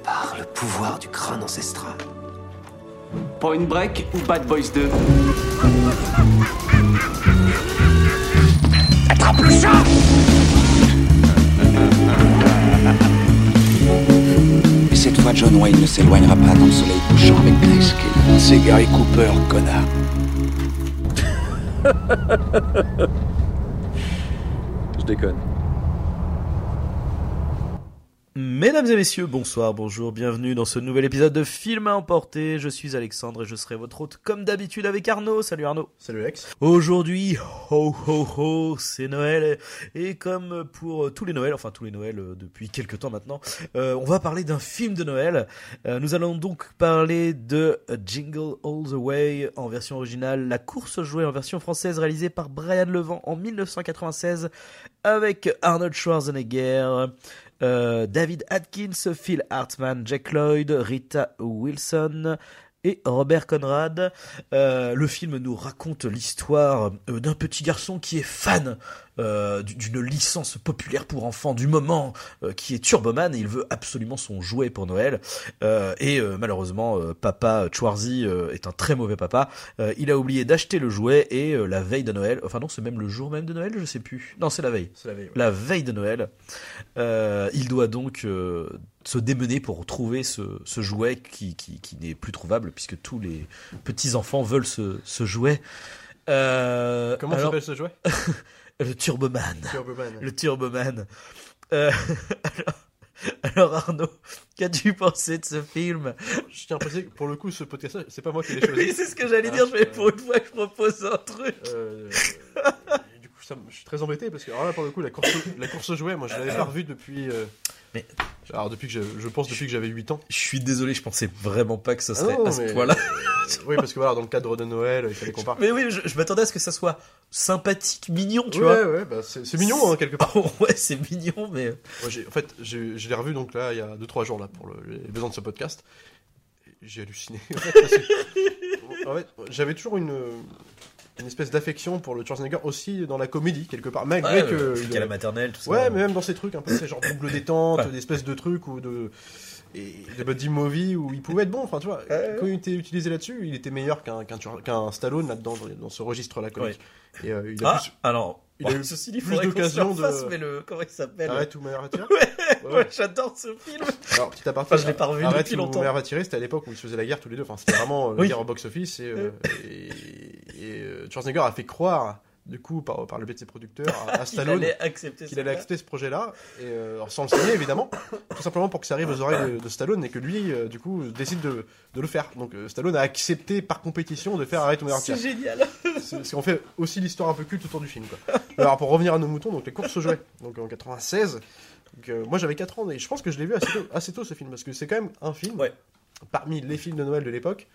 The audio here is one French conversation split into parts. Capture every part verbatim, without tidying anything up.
par le pouvoir du crâne ancestral. Point Break ou Bad Boys deux? Attrape le chat! Et cette fois, John Wayne ne s'éloignera pas dans le soleil couchant avec Grayskull. C'est Gary Cooper, connard. Je déconne. Mesdames et messieurs, bonsoir, bonjour, bienvenue dans ce nouvel épisode de Film à emporter. Je suis Alexandre et je serai votre hôte comme d'habitude avec Arnaud. Salut Arnaud. Salut Alex. Aujourd'hui, ho ho ho, c'est Noël. Et comme pour tous les Noëls, enfin tous les Noëls euh, depuis quelques temps maintenant, euh, on va parler d'un film de Noël. Euh, nous allons donc parler de Jingle All the Way en version originale, La course aux jouets en version française réalisée par Brian Levent en dix-neuf cent quatre-vingt-seize avec Arnold Schwarzenegger, Euh, David Atkins, Phil Hartman, Jack Lloyd, Rita Wilson et Robert Conrad. Euh, le film nous raconte l'histoire euh, d'un petit garçon qui est fan euh, d'une licence populaire pour enfants du moment euh, qui est Turboman, et il veut absolument son jouet pour Noël. Euh, et euh, malheureusement, euh, papa Schwarzy euh, est un très mauvais papa. Euh, il a oublié d'acheter le jouet et euh, la veille de Noël, enfin non, c'est même le jour même de Noël, je sais plus. Non, c'est la veille. C'est la veille. Ouais. La veille de Noël, euh, il doit donc euh, se démener pour trouver ce, ce jouet qui, qui, qui n'est plus trouvable puisque tous les petits enfants veulent ce, ce jouet. Euh, Comment alors, s'appelle ce jouet? Le Turboman. Turboman. Le Turboman. Euh, alors, alors Arnaud, qu'as-tu pensé de ce film? Je tiens à préciser que pour le coup, ce podcast, c'est pas moi qui l'ai choisi. Oui, c'est ce que j'allais Ah, dire, mais euh, pour une fois que je propose un truc. Euh, et du coup, ça, je suis très embêté parce que alors là, pour le coup, la course, la course aux jouets, moi, je l'avais pas revue depuis. Euh, Mais- alors depuis que je, je pense depuis que j'avais huit ans. Je suis désolé, je pensais vraiment pas que ce Ah serait non, à ce mais- point-là. Oui, parce que voilà, dans le cadre de Noël, il fallait qu'on parle. Mais oui, je, je m'attendais à ce que ça soit sympathique, mignon, tu ouais, vois. ouais, bah c'est c'est mignon hein, quelque part. Ouais, c'est mignon, mais... Moi, j'ai- en fait, j'ai- je l'ai revu donc là il y a deux trois jours là pour le, les besoins de ce podcast. J'ai halluciné. En fait, parce que- en fait, j'avais toujours une une espèce d'affection pour le Schwarzenegger aussi dans la comédie quelque part, malgré Ouais, que euh, il Flic à a- la maternelle, tout ça. ouais, mais même dans ces trucs un peu ces genre double détente, Ouais. des espèces de trucs ou de et de buddy movie où il pouvait être bon. Enfin, tu vois, Ouais. quand il était utilisé là-dessus, il était meilleur qu'un qu'un qu'un Stallone là-dedans dans, dans ce registre-là comique. Et euh, il a Ah, plus alors... il a eu ceci dit, plus faudrait qu'on se d'occasion le fasse, de- mais le... Comment il s'appelle? Arrête ou meilleur à tirer. Ouais, Ouais. ouais, j'adore ce film. Alors, petit aparté, Enfin, je l'ai pas revu Arrête depuis ou longtemps. Mère va tirer, c'était à l'époque où ils se faisaient la guerre tous les deux. Enfin, c'était vraiment euh, la Oui. guerre au box-office. Et, euh, et, et, euh, Schwarzenegger a fait croire, du coup, par, par le biais de ses producteurs, à, à Il Stallone allait accepter qu'il ça. allait accepter ce projet-là, et euh, alors sans le signer évidemment, tout simplement pour que ça arrive aux oreilles de, de Stallone et que lui, euh, du coup, décide de, de le faire. Donc euh, Stallone a accepté par compétition de faire Arrête ou Mère va C'est tirer. génial. C'est ce qu'on fait aussi l'histoire un peu culte autour du film. Quoi. Alors pour revenir à nos moutons, donc les courses aux jouets, donc en quatre-vingt-seize. Donc, euh, moi j'avais quatre ans et je pense que je l'ai vu assez tôt, assez tôt ce film parce que c'est quand même un film Ouais. parmi les films de Noël de l'époque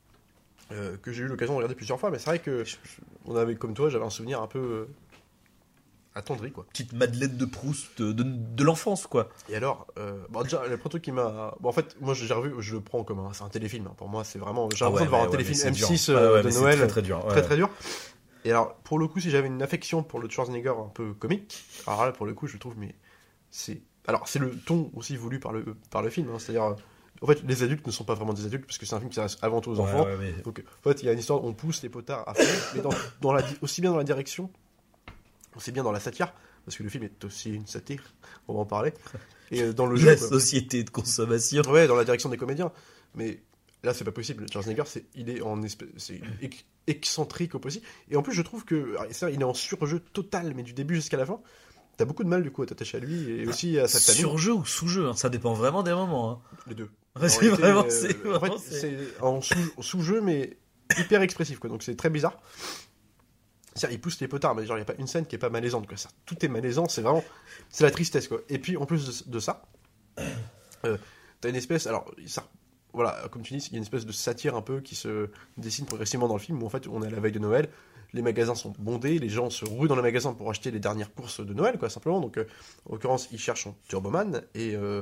euh, que j'ai eu l'occasion de regarder plusieurs fois. Mais c'est vrai que je- je- on avait comme toi, j'avais un souvenir un peu euh, attendri quoi. Petite Madeleine de Proust de, de, de l'enfance, quoi. Et alors, euh, bon, déjà le premier truc qui m'a, bon en fait moi j'ai revu, je le prends comme un, c'est un téléfilm. Hein. Pour moi c'est vraiment, j'ai Ah l'impression ouais, de voir ouais, un ouais, téléfilm mais M c'est six dur. euh, Ouais, ouais, de mais c'est Noël. très très dur. Très ouais. très dur. Et alors, pour le coup, si j'avais une affection pour le Schwarzenegger un peu comique, alors là, pour le coup, je le trouve, mais c'est. Alors, c'est le ton aussi voulu par le, par le film, hein, c'est-à-dire. euh, En fait, les adultes ne sont pas vraiment des adultes, parce que c'est un film qui s'adresse avant tout aux Ouais, enfants. ouais, mais- Donc, en fait, il y a une histoire où on pousse les potards à fond, mais dans, dans la, di- aussi bien dans la direction, aussi bien dans la satire, parce que le film est aussi une satire, on va en parler, et euh, dans le jeu. La quoi. société de consommation. Ouais, dans la direction des comédiens. Mais là, c'est pas possible. Schwarzenegger, c'est, il est en espèce, c'est ex- excentrique au possible. Et en plus, je trouve que, alors, c'est vrai, il est en surjeu total, mais du début jusqu'à la fin. T'as beaucoup de mal du coup à t'attacher à lui et aussi à sa famille. Sur-jeu ou sous-jeu, hein, ça dépend vraiment des moments. Hein. Les deux. Ouais, En c'est réalité, vraiment, euh, c'est en vraiment, fait, c'est- c'est en sous- sous-jeu, mais hyper expressif, quoi. Donc c'est très bizarre. C'est-à-dire, il pousse les potards, mais genre, il n'y a pas une scène qui est pas malaisante, quoi. Ça, tout est malaisant, c'est vraiment. C'est la tristesse, quoi. Et puis, en plus de, de ça, euh, t'as une espèce. Alors, ça, voilà, comme tu dis, il y a une espèce de satire un peu qui se dessine progressivement dans le film, où en fait, on est à la veille de Noël, les magasins sont bondés, les gens se ruent dans les magasins pour acheter les dernières courses de Noël, quoi, simplement. Donc, euh, en l'occurrence, ils cherchent un Turboman, et. Euh,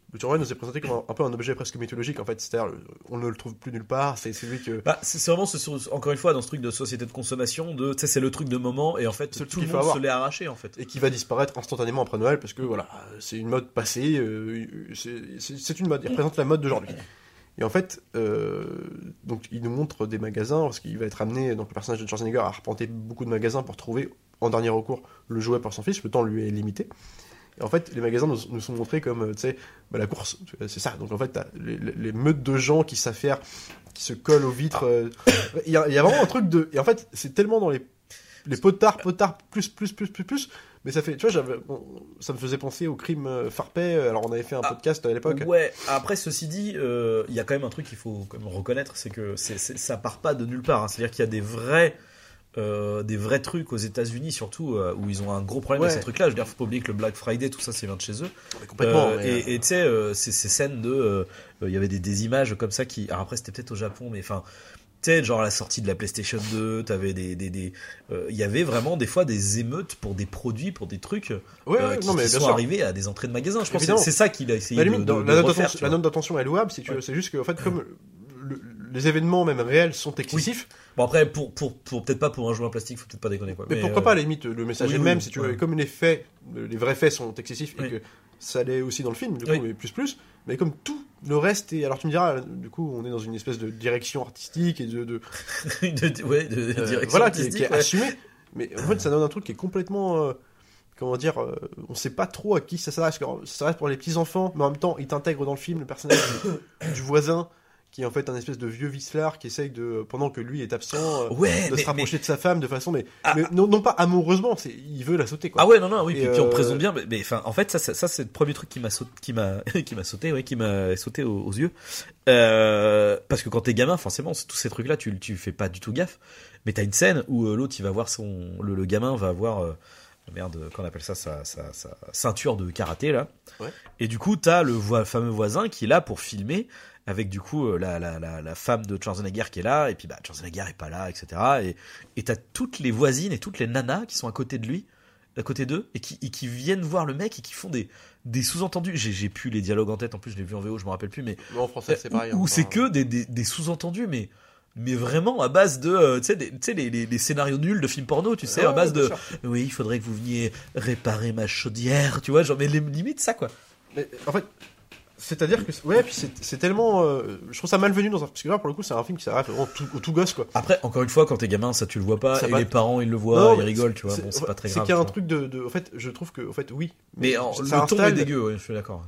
le tueur Wayne nous est présenté comme un, un peu un objet presque mythologique en fait, c'est-à-dire on ne le trouve plus nulle part, c'est celui que... Bah, c'est, c'est vraiment, ce, encore une fois, dans ce truc de société de consommation, de, tu sais, c'est le truc de moment, et en fait, C'est le tout truc le qu'il faut monde avoir. se l'est arraché, en fait. Et qui va disparaître instantanément après Noël parce que voilà, c'est une mode passée, euh, c'est, c'est, c'est une mode, il représente la mode d'aujourd'hui. Et en fait, euh, donc il nous montre des magasins, parce qu'il va être amené, donc le personnage de Schwarzenegger, à arpenter beaucoup de magasins pour trouver, en dernier recours, le jouet pour son fils, le temps lui est limité. Et en fait, les magasins nous, nous sont montrés comme, tu sais, bah, la course, c'est ça. Donc en fait, t'as les, les meutes de gens qui s'affairent, qui se collent aux vitres. euh, Il y, a, il y a vraiment un truc de... Et en fait, c'est tellement dans les, les potards, potards, plus, plus, plus, plus, plus. Mais ça fait, tu vois, j'avais, bon, ça me faisait penser au crime euh, Farpay. Alors on avait fait un Ah, podcast à l'époque. Ouais, après, ceci dit, il euh, y a quand même un truc qu'il faut quand même reconnaître, c'est que c'est, c'est, ça part pas de nulle part. Hein. C'est-à-dire qu'il y a des vrais... Euh, des vrais trucs aux États-Unis surtout euh, où ils ont un gros problème Ouais. avec ces trucs-là. Je veux dire, faut pas oublier que le Black Friday, tout ça, c'est vient de chez eux. Mais complètement. Euh, mais, et et tu sais, euh, ces, ces scènes de, euh, il y avait des, des images comme ça qui, alors après c'était peut-être au Japon, mais enfin, tu sais, genre à la sortie de la PlayStation deux, t'avais des, des, des, euh, il y avait vraiment des fois des émeutes pour des produits, pour des trucs ouais, euh, ouais, qui, non, mais qui bien sont sûr. arrivés à des entrées de magasins. Je pense que Évidemment. c'est, c'est ça qu'il a essayé À de, la limite, de, dans- de la, note refaire, d'attention, tu la vois. note d'attention est louable, si tu veux. C'est juste qu'en fait, comme le- les événements même réels sont excessifs, Bon après, pour, pour, pour peut-être pas pour un jouet en plastique, faut peut-être pas déconner quoi. mais, pourquoi euh, pas, à la limite, le message oui, est le oui, même, oui, si tu veux. ouais. Et comme les faits, les vrais faits sont excessifs, Oui. et que ça l'est aussi dans le film, du coup, Oui. mais plus plus, mais comme tout le reste, et alors tu me diras, du coup, on est dans une espèce de direction artistique et de... de de, ouais, de, de euh, direction voilà, qui, est- artistique, qui est ouais. assumée, mais en fait, ça donne un truc qui est complètement... euh, comment dire, euh, on sait pas trop à qui ça s'adresse, ça s'adresse pour les petits-enfants, mais en même temps, il t'intègre dans le film le personnage du, du voisin, qui est en fait un espèce de vieux vicelard qui essaye de, pendant que lui est absent, euh, Ouais, de mais, se rapprocher mais- de sa femme de façon, mais, Ah, mais non, non pas amoureusement, c'est, il veut la sauter, quoi. Ah ouais, non, non, oui, Et puis, puis on euh, présente bien, mais, mais enfin, en fait, ça, ça, ça, c'est le premier truc qui m'a sauté, qui m'a, qui m'a sauté, ouais, qui m'a sauté aux, aux yeux. Euh, parce que quand t'es gamin, forcément, c'est- tous ces trucs-là, tu, tu fais pas du tout gaffe. Mais t'as une scène où euh, l'autre, il va voir son, le, le gamin va voir, euh, merde, qu'on appelle ça, sa, sa, sa ceinture de karaté, là. Ouais. Et du coup, t'as le vo- fameux voisin qui est là pour filmer, avec du coup, euh, la, la, la, la femme de Schwarzenegger qui est là, et puis, bah, Schwarzenegger est pas là, et cetera. Et, et t'as toutes les voisines et toutes les nanas qui sont à côté de lui, à côté d'eux, et qui, et qui viennent voir le mec et qui font des, des sous-entendus. J'ai, j'ai plus les dialogues en tête, en plus, je l'ai vu en V O, je me rappelle plus, mais, Mais en français, c'est pareil. où, hein, où c'est enfin, que des, des, des sous-entendus, mais, mais vraiment à base de, euh, tu sais, des- tu sais, les, les, les scénarios nuls de films porno, tu sais, ouais, à base bien de, sûr. oui, il faudrait que vous veniez réparer ma chaudière, tu vois, genre, mais les limites, ça, quoi. Mais, en fait, c'est-à-dire que, ouais, puis c'est, c'est tellement, euh, je trouve ça malvenu dans un, parce que là, pour le coup, c'est un film qui s'arrête vraiment tout, au tout gosse, quoi. Après, encore une fois, quand t'es gamin, ça tu le vois pas, Ça et va- les parents ils le voient, Non, ils mais rigolent, tu vois, c'est- bon, c'est pas très C'est grave. qu'il y a un tu vois. truc de, de, en fait, je trouve que, en fait, oui. Mais en- ça le ton est installe dégueu, ouais, je suis d'accord.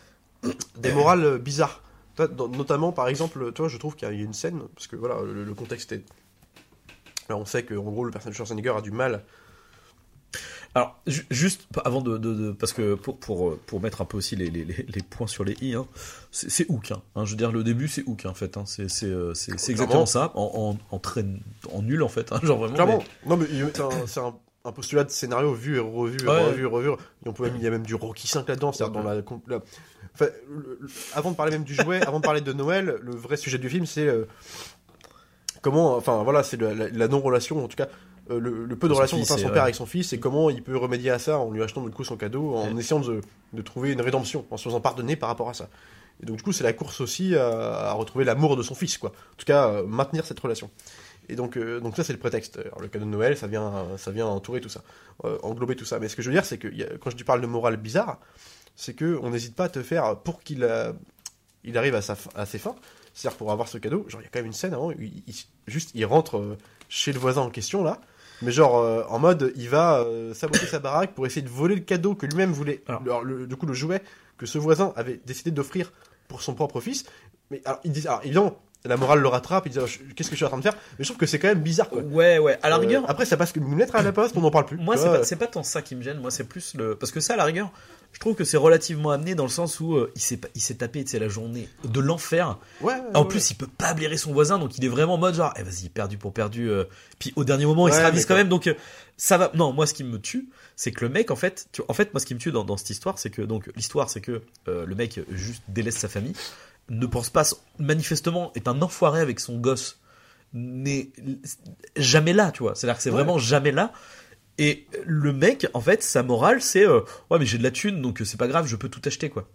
des morales euh, bizarres. Toi, dans- notamment, par exemple, toi, je trouve qu'il y a une scène, parce que voilà, le, le contexte est. Alors, on sait que, en gros, le personnage de Schwarzenegger a du mal. Alors, ju- juste pa- avant de, de, de- parce que pour pour euh, pour mettre un peu aussi les les, les les points sur les i, hein, c'est c'est hook, hein, hein, je veux dire le début c'est hook, hein, en fait, hein, c'est c'est euh, c'est c'est Clairement. exactement ça, en en en, très, en nul en fait, hein, genre vraiment. Clairement. mais- Non, mais il- c'est un, c'est un, un postulat de scénario vu et revu et Ouais. revu et revu. Et on peut même, il y a même du Rocky cinq là-dedans, c'est-à-dire dans la. la- enfin, le- le- avant de parler même du jouet, avant de parler de Noël, le vrai sujet du film, c'est euh, comment. Enfin, voilà, c'est la, la- la non-relation, en tout cas. euh, le, le peu de Son relation fils, qu'entend son et, père ouais. avec son fils et comment il peut remédier à ça en lui achetant du coup son cadeau, en Ouais. essayant de, de trouver une rédemption, en se faisant pardonner par rapport à ça. Et donc du coup c'est la course aussi à, à retrouver l'amour de son fils, quoi. En tout cas, euh, maintenir cette relation. Et donc, euh, donc ça c'est le prétexte. Alors, le cadeau de Noël, ça vient, ça vient entourer tout ça, euh, englober tout ça. Mais ce que je veux dire, c'est que il y a- quand je parle de morale bizarre, c'est que on n'hésite pas à te faire pour qu'il euh, il arrive à, sa, fin- à ses fins. C'est-à-dire pour avoir ce cadeau, genre il y a quand même une scène avant, où il, il- juste il rentre euh, chez le voisin en question là, mais genre euh, en mode il va euh, saboter sa baraque pour essayer de voler le cadeau que lui-même voulait, Alors. le, le- du coup le jouet que ce voisin avait décidé d'offrir pour son propre fils. Mais alors il dit, alors évidemment la morale le rattrape, il dit oh, je- qu'est-ce que je suis en train de faire, mais je trouve que c'est quand même bizarre, quoi. Ouais ouais, à la Euh, rigueur. après ça passe que une lettre à la poste, on n'en parle plus. Moi, tu c'est vois. pas, c'est pas tant ça qui me gêne. Moi, c'est plus le. Parce que ça, à la rigueur, je trouve que c'est relativement amené dans le sens où euh, il s'est pas- il s'est tapé, tu sais, la journée de l'enfer. Ouais, En ouais, plus, il peut pas blairer son voisin, donc il est vraiment en mode genre, eh vas-y, perdu pour perdu. euh. Puis au dernier moment, il Ouais, se ravise mais quand quoi. même, donc euh, ça va. Non, moi, ce qui me tue, c'est que le mec, en fait, tu... en fait, moi, ce qui me tue dans, dans cette histoire, c'est que donc l'histoire, c'est que euh, le mec euh, juste délaisse sa famille, ne pense pas, manifestement, est un enfoiré avec son gosse, n'est jamais là, tu vois. C'est-à-dire que c'est Ouais. vraiment jamais là. Et le mec, en fait, sa morale, c'est euh, ouais, mais j'ai de la thune, donc euh, c'est pas grave, je peux tout acheter, quoi.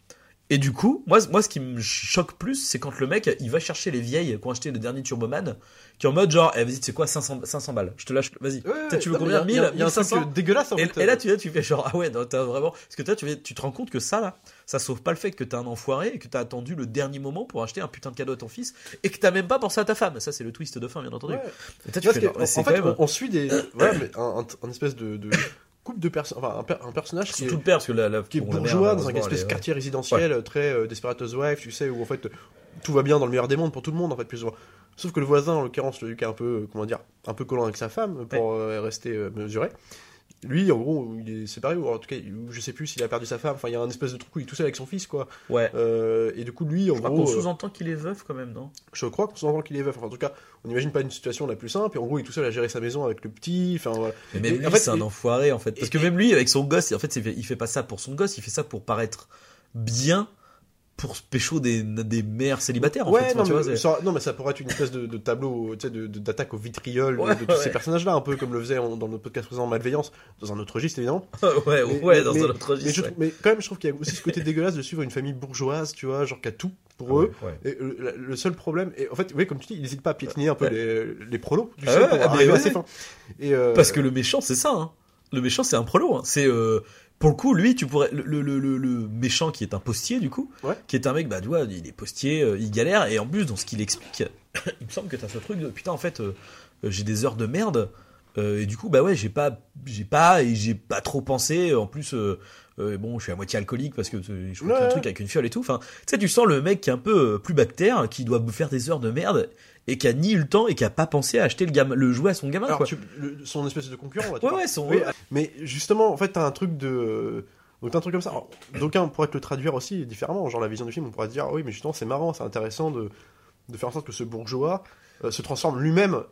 Et du coup, moi, moi, ce qui me choque plus, c'est quand le mec, il va chercher les vieilles qui ont acheté le dernier Turboman, qui est en mode genre, eh, vas-y, c'est quoi, cinq cents, cinq cents balles, je te lâche, vas-y. Ouais, T'as, tu veux non, combien? mais il y a- mille, il y a un truc cinq cents? dégueulasse en Et, fait. et là, tu, là, tu fais genre, ah ouais, non, t'as vraiment, parce que toi, tu, fais- tu te rends compte que ça, là, ça sauve pas le fait que t'es un enfoiré et que t'as attendu le dernier moment pour acheter un putain de cadeau à ton fils et que t'as même pas pensé à ta femme. Ça, c'est le twist de fin, bien entendu. Ouais. Et toi, tu Parce fais que, genre, en, ouais, c'est en quand fait, même. on, on suit des, ouais, mais un, un, un espèce de, de couple de personnes, enfin un, per- un personnage qui Surtout est, le père, parce que la, la, qui est bon, la mère, bourgeois dans un malheureusement, espèce elle de est- quartier résidentiel très euh, Desperate Housewives, tu sais, où en fait tout va bien dans le meilleur des mondes pour tout le monde en fait plus ou moins. Sauf que le voisin, en l'occurrence celui qui est un peu, euh, comment dire, un peu collant avec sa femme pour euh, rester euh, mesuré. Lui, en gros, il est séparé, ou en tout cas, ou je sais plus s'il a perdu sa femme. Enfin, il y a un espèce de truc où il est tout seul avec son fils, quoi. Ouais. Euh, et du coup, lui, en Je crois gros, qu'on euh, sous-entend qu'il est veuf quand même, non? je crois qu'on s'entend qu'il est veuf. Enfin, en tout cas, on n'imagine pas une situation la plus simple. Et en gros, il est tout seul à gérer sa maison avec le petit. Enfin, voilà. Mais même Et lui, en fait, c'est un et- enfoiré en fait. Parce et- que même lui, avec son gosse, en fait, c'est- il fait pas ça pour son gosse, il fait ça pour paraître bien pour se pécho des, des mères célibataires en ouais, fait. non, tu vois, mais c'est- ça, non, mais ça pourrait être une espèce de, de tableau, tu sais, de, de- d'attaque au vitriol de- Ouais, de, tous ouais. ces personnages-là, un peu comme le faisait on- dans notre podcast précédent Malveillance, dans un autre registre évidemment. ouais, Mais- ouais, mais- dans mais- un autre Mais, je registre. trouve- mais quand même, je trouve qu'il y a aussi ce côté dégueulasse de suivre une famille bourgeoise, tu vois, genre qui a tout pour eux. Ouais, ouais. Et le, la- le seul problème, et en fait, oui, comme tu dis, il n'hésite pas à piétiner un peu Ouais. les, les prolos, tu Ah sais, ouais, pour mais arriver à ouais. ses fins. Et, euh, Parce que le méchant, c'est ça. Hein. Le méchant, c'est un prolo. Hein. C'est euh, pour le coup, lui, tu pourrais le, le, le, le- le méchant qui est un postier du coup, Ouais. qui est un mec, bah tu vois, il est postier, euh, il galère et en plus dans ce qu'il explique, il me semble que t'as ce truc de putain en fait, euh, euh, j'ai des heures de merde euh, et du coup bah ouais j'ai pas, j'ai pas et j'ai pas trop pensé. En plus, euh, euh, bon, je suis à moitié alcoolique parce que euh, je fais Ouais. un truc avec une fiole et tout. Enfin, tu sais, tu sens le mec qui est un peu euh, plus bactère, qui doit faire des heures de merde et qui a ni eu le temps et qui a pas pensé à acheter le, gamin, le jouet à son gamin. alors, quoi. tu- le- son espèce de concurrent, là, tu Ouais, vois. ouais, son. Oui, mais justement, en fait, t'as un truc de. Donc, t'as un truc comme ça. Alors, d'aucuns pourraient te le traduire aussi différemment. Genre, la vision du film, on pourrait se dire, ah oui, mais justement, c'est marrant, c'est intéressant de, de faire en sorte que ce bourgeois euh, se transforme lui-même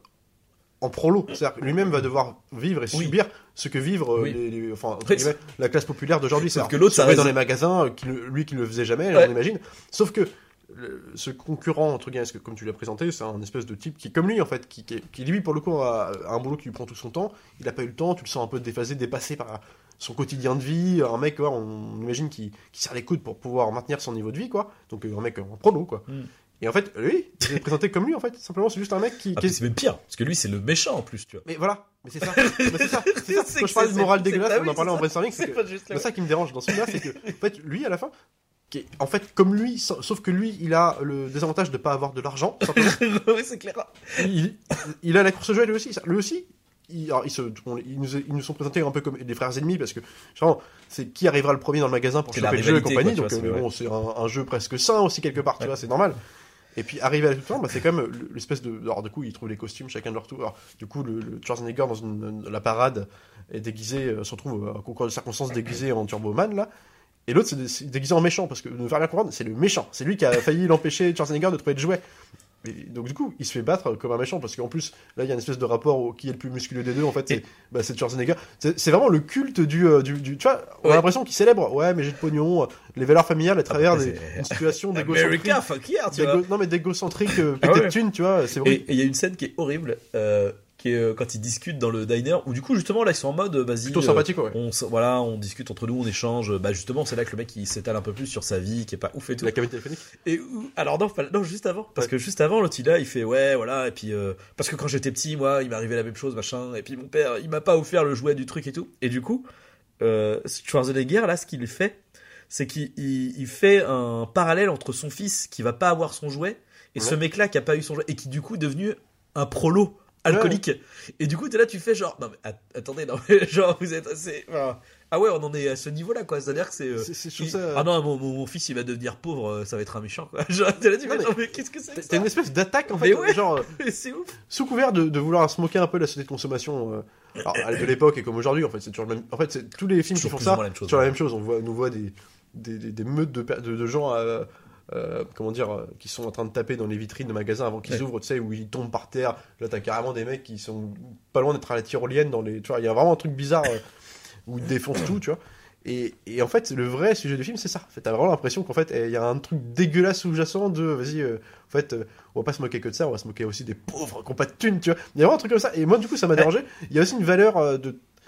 en prolo. C'est-à-dire que lui-même va devoir vivre et Oui. subir ce que vivent euh, Oui. les, les- enfin, entre Oui, guillemets, la classe populaire d'aujourd'hui. Sauf C'est-à-dire que l'autre, ça se mettre reste- dans les magasins, euh, qui le- lui qui ne le faisait jamais, Ouais. on imagine. Sauf que le- ce concurrent, entre guillemets, parce que comme tu l'as présenté, c'est un espèce de type qui est comme lui en fait, qui, qui, est- qui, lui pour le coup a, a un boulot qui lui prend tout son temps. Il n'a pas eu le temps, tu le sens un peu déphasé, dépassé par son quotidien de vie. Un mec, ouais, on imagine qui, qui serre les coudes pour pouvoir maintenir son niveau de vie, quoi. Donc euh, un mec en prolo, quoi. Mm. Et en fait, lui, il est présenté comme lui en fait. Simplement, c'est juste un mec qui. Ah, qui puis est- c'est même pire, parce que lui, c'est le méchant en plus, tu vois. Mais voilà, mais c'est ça. Mais c'est ça. C'est ça. C'est Quand que je parlais c'est- de morale c'est- dégueulasse, bah on oui, en parlait c'est en ça. brainstorming, c'est C'est que pas juste là, c'est ça qui me dérange dans ce film-là, c'est que en fait, lui à la fin, qui est, en fait, comme lui, sa- sauf que lui, il a le désavantage de pas avoir de l'argent. simplement. oui, c'est clair. il, il a la course au jeu lui aussi. Ça. Lui aussi, il, alors, il se, on- ils, nous, ils nous sont présentés un peu comme des frères ennemis parce que genre, c'est qui arrivera le premier dans le magasin pour C'est la choper le jeu et rivalité, compagnie. quoi, tu Donc vois, euh, c'est bon, c'est un, un jeu presque sain aussi quelque part, tu Ouais. vois, c'est normal. Et puis arrivé à la toute fin, bah, c'est quand même l'espèce de. Alors du coup, ils trouvent les costumes chacun de leur tour. Alors, du coup, le, le Schwarzenegger dans une, la parade est déguisé, euh, se retrouve à un concours de circonstances déguisé en Turboman là. Et l'autre, c'est dé- c'est déguisé en méchant, parce que ne faire rien comprendre, c'est le méchant. C'est lui qui a failli l'empêcher, Schwarzenegger, de trouver le jouet. Et donc, du coup, il se fait battre comme un méchant, parce qu'en plus, là, il y a une espèce de rapport au qui est le plus musculeux des deux, en fait, c'est Et- bah, c'est Schwarzenegger. C'est c'est vraiment le culte du. euh, du, du- tu vois, on Ouais. a l'impression qu'il célèbre, ouais, mais j'ai de pognon, euh, les valeurs familiales à travers Après, des, c'est- une situation d'égocentrique. America, fuck yeah, tu vois. d'égo- Non, mais d'égocentrique, euh, Ah pété ouais. de thunes, tu vois, c'est Et vrai. et il y a une scène qui est horrible, euh, qui est euh, quand ils discutent dans le diner, où du coup, justement, là, ils sont en mode, euh, vas-y. Plutôt euh, sympathique, ouais. on, s- voilà, on discute entre nous, on échange. Bah, justement, c'est là que le mec il s'étale un peu plus sur sa vie, qui est pas ouf et tout. La cabine téléphonique. Et où- alors non, pas- non, juste avant, parce Ouais. que juste avant, l'autre il là, il fait ouais, voilà, et puis euh, parce que quand j'étais petit, moi, il m'arrivait la même chose, machin, et puis mon père, il m'a pas offert le jouet du truc et tout. Et du coup, euh, Schwarzenegger là, ce qu'il fait, c'est qu'il il, il fait un parallèle entre son fils qui va pas avoir son jouet et ce Ouais. mec-là qui a pas eu son jouet et qui du coup est devenu un prolo alcoolique. Et du coup, t'es là, tu fais genre non mais at- attendez, non mais genre vous êtes assez, enfin, ah ouais, on en est à ce niveau-là quoi. C'est-à-dire que c'est euh, C'est- c'est- je trouve il- ça- ah non, mon, mon, mon fils il va devenir pauvre, euh, ça va être un méchant quoi. Genre, t'es là, tu Non, fais mais- genre, mais qu'est-ce que c'est que T'as ça t'as une espèce d'attaque, en Mais fait, ouais. genre. euh, Mais c'est ouf. Sous couvert de, de vouloir se moquer un peu de la société de consommation euh, alors, à- de l'époque et comme aujourd'hui, en fait, c'est toujours le même. En fait, c'est tous les films qui Toujours font plus ça, ou moins la même chose, c'est toujours la ouais. même chose. On voit, on nous voit des, des, des, des meutes de, per- de, de gens, euh, euh, comment dire, euh, qui sont en train de taper dans les vitrines de magasins avant qu'ils Ouais. ouvrent, tu sais, où ils tombent par terre. Là, t'as carrément des mecs qui sont pas loin d'être à la tyrolienne dans les. Tu vois, il y a vraiment un truc bizarre euh, où ils défoncent tout, tu vois. Et, et en fait, le vrai sujet du film, c'est ça. En fait, t'as vraiment l'impression qu'en fait, il y a un truc dégueulasse sous-jacent de, vas-y, euh, en fait, euh, on va pas se moquer que de ça, on va se moquer aussi des pauvres qui ont pas de thunes, tu vois. Il y a vraiment un truc comme ça. Et moi, du coup, ça m'a dérangé. Il y a aussi une valeur euh, de,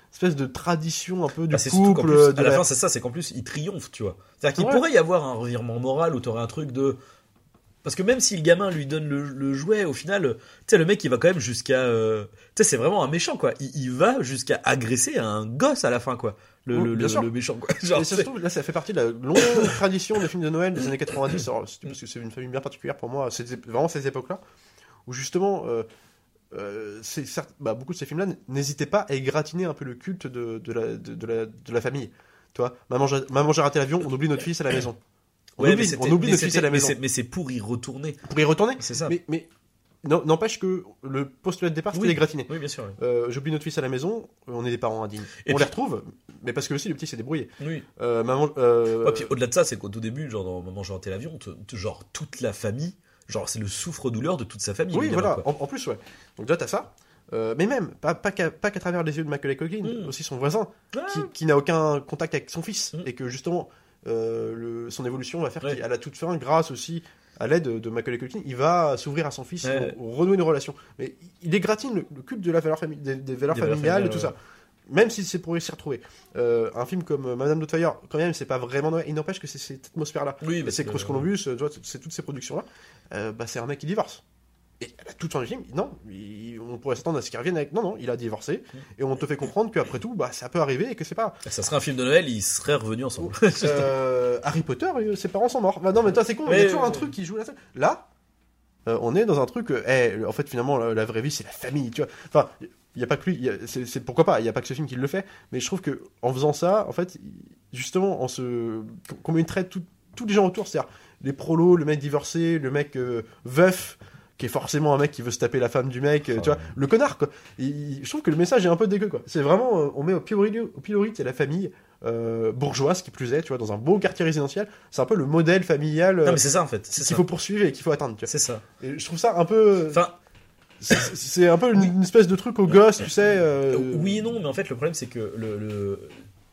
espèce de tradition un peu du Bah, c'est surtout qu'en couple. plus, de à la la- fin, c'est ça, c'est qu'en plus, il triomphe, tu vois. C'est-à-dire qu'il Ouais. pourrait y avoir un revirement moral où t'aurais un truc de. Parce que même si le gamin lui donne le, le jouet, au final, tu sais, le mec, il va quand même jusqu'à. euh, Tu sais, c'est vraiment un méchant, quoi. Il, il va jusqu'à agresser un gosse à la fin, quoi. Le, Oh, le, bien le, sûr. le méchant, quoi. Genre, Et ça c'est- se trouve, là, ça fait partie de la longue tradition des films de Noël des années quatre-vingt-dix. Alors, c'est parce que c'est une famille bien particulière pour moi, c'est vraiment ces époques-là, où justement, euh, euh, c'est certes- bah, beaucoup de ces films-là n'hésitaient pas à égratigner un peu le culte de, de, la, de, de la, de la famille. Tu vois, maman, j'ai- maman, j'ai raté l'avion, on oublie notre fils à la maison. On Ouais, oublie, mais c'était- on oublie mais notre fils c'était- à la mais maison. c'est- Mais c'est pour y retourner. Pour y retourner. C'est ça. Mais, mais non- n'empêche que le postulat de départ, c'était Oui. égratigné. Oui, bien sûr. oui. Euh, J'oublie notre fils à la maison, on est des parents indignes. Et on puis- les retrouve, mais parce que aussi le petit s'est débrouillé. Oui. Euh, maman, euh, Ouais, puis au-delà de ça, c'est qu'au tout début, genre dans Maman j'ai raté l'avion, te- te- genre toute la famille, genre c'est le souffre-douleur de toute sa famille. oui, le gamin, voilà, quoi. en, en plus, ouais. Donc déjà, t'as ça. Euh, mais même, pas, pas qu'à pas qu'à travers les yeux de Macaulay Culkin, Mm. aussi son voisin, Ah, qui, qui n'a aucun contact avec son fils, Mm. et que justement, euh, le, son évolution va faire Ouais. qu'à la toute fin, grâce aussi à l'aide de, de Macaulay Culkin, il va s'ouvrir à son fils, Ouais. au- au renouer une relation. Mais il dégratine le, le culte de la valeur famille, des, des valeurs Des valeurs familiales et tout familiales, ça. Même si c'est pour s'y retrouver. Euh, un film comme euh, Madame Doubtfire, quand même, c'est pas vraiment Noël. Il n'empêche que c'est cette atmosphère-là. Oui, parce C'est que- Cross Columbus, euh, tu vois, c'est toutes ces productions-là. Euh, bah, c'est un mec qui divorce. Et à la toute fin du film, non, il- on pourrait s'attendre à ce qu'il revienne avec. Non, non, il a divorcé. Et on te fait comprendre qu'après tout, bah, ça peut arriver et que c'est pas. Ça serait un film de Noël, ils seraient revenus ensemble. Euh, Harry Potter, euh, ses parents sont morts. Bah, non, mais toi, c'est con, il y Mais, a toujours euh, un truc qui joue là. Là, euh, on est dans un truc. euh, eh, en fait, finalement, la, la vraie vie, c'est la famille, tu vois. Enfin, il n'y a pas que lui, il y a- c'est c'est- pourquoi pas, il n'y a pas que ce film qui le fait, mais je trouve que en faisant ça, en fait, il- justement, en se. Qu'on met une traite tout- tous les gens autour, c'est-à-dire les prolos, le mec divorcé, le mec euh, veuf, qui est forcément un mec qui veut se taper la femme du mec, euh, Oh, tu vois, ouais. le connard, quoi. Et il- je trouve que le message est un peu dégueu, quoi. C'est vraiment, euh, on met au pilori, au pilori, c'est la famille euh, bourgeoise, qui plus est, tu vois, dans un beau quartier résidentiel. C'est un peu le modèle familial euh, Non, mais c'est ça en fait. C'est qu'il ça. faut poursuivre et qu'il faut atteindre, tu vois. C'est ça. Et je trouve ça un peu. Enfin, c'est- c'est un peu une, une espèce de truc au gosse, tu sais. euh, Euh, oui et non, mais en fait, le problème, c'est que le. le...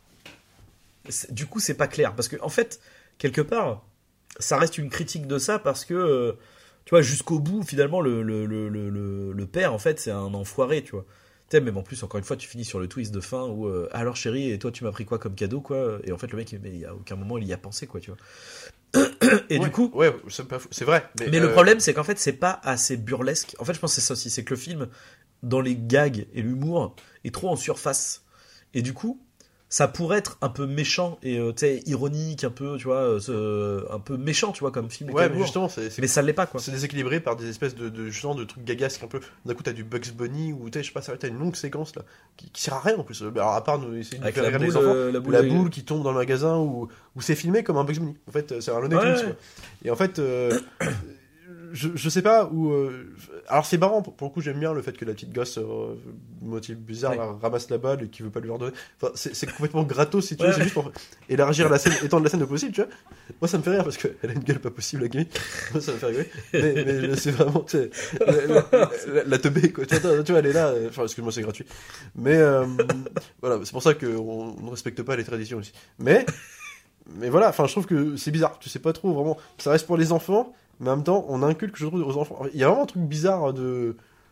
c'est- Du coup, c'est pas clair. Parce que, en fait, quelque part, ça reste une critique de ça parce que, euh, tu vois, jusqu'au bout, finalement, le, le, le, le, le- le père, en fait, c'est un enfoiré, tu vois. Tu sais, même en plus, encore une fois, tu finis sur le twist de fin où, euh, alors chérie, et toi, tu m'as pris quoi comme cadeau, quoi. Et en fait, le mec, mais il y a aucun moment, il y a pensé, quoi, tu vois. Et ouais, du coup. Ouais, c'est pas fou, c'est vrai. Mais, Mais le euh, problème, c'est qu'en fait, c'est pas assez burlesque. En fait, je pense que c'est ça aussi, c'est que le film, dans les gags et l'humour, est trop en surface. Et du coup, ça pourrait être un peu méchant et euh, tu sais, ironique, un peu, tu vois, euh, ce- un peu méchant, tu vois, comme film. Ouais, mais d'humour. justement, c'est. c'est- Mais ça l'est pas, quoi. C'est déséquilibré par des espèces de, de, justement, de trucs gagasques un peu. D'un coup, t'as du Bugs Bunny ou t'as, je sais pas, ça t'as une longue séquence là qui, qui sert à rien en plus. Alors, à part nous essayer de Avec faire la regarder boule, les enfants, euh, la boule, la avec- boule qui tombe dans le magasin ou où c'est filmé comme un Bugs Bunny. En fait, c'est un Looney Ouais, Tunes, ouais. quoi. Et en fait, euh, je, je sais pas où. euh, alors, c'est marrant, pour, pour le coup, j'aime bien le fait que la petite gosse, euh, motif bizarre, Ouais. là, ramasse la balle et qui veut pas lui redonner. Enfin, c'est c'est complètement gratos si tu veux, Ouais, c'est ouais. juste pour élargir la scène, étendre la scène au possible, tu vois. Moi, ça me fait rire parce qu'elle a une gueule pas possible, la gamine. Moi, ça me fait rigoler. Mais, mais c'est vraiment, tu sais, la, la, la, la teubée, quoi. Tu vois, tu vois, elle est là. euh, Enfin, excuse-moi, c'est gratuit. Mais euh, voilà, c'est pour ça qu'on ne respecte pas les traditions aussi. Mais, mais voilà, enfin, je trouve que c'est bizarre. Tu sais pas trop vraiment. Ça reste pour les enfants, mais en même temps, on inculque, je trouve, aux enfants. Il y a vraiment un truc bizarre de.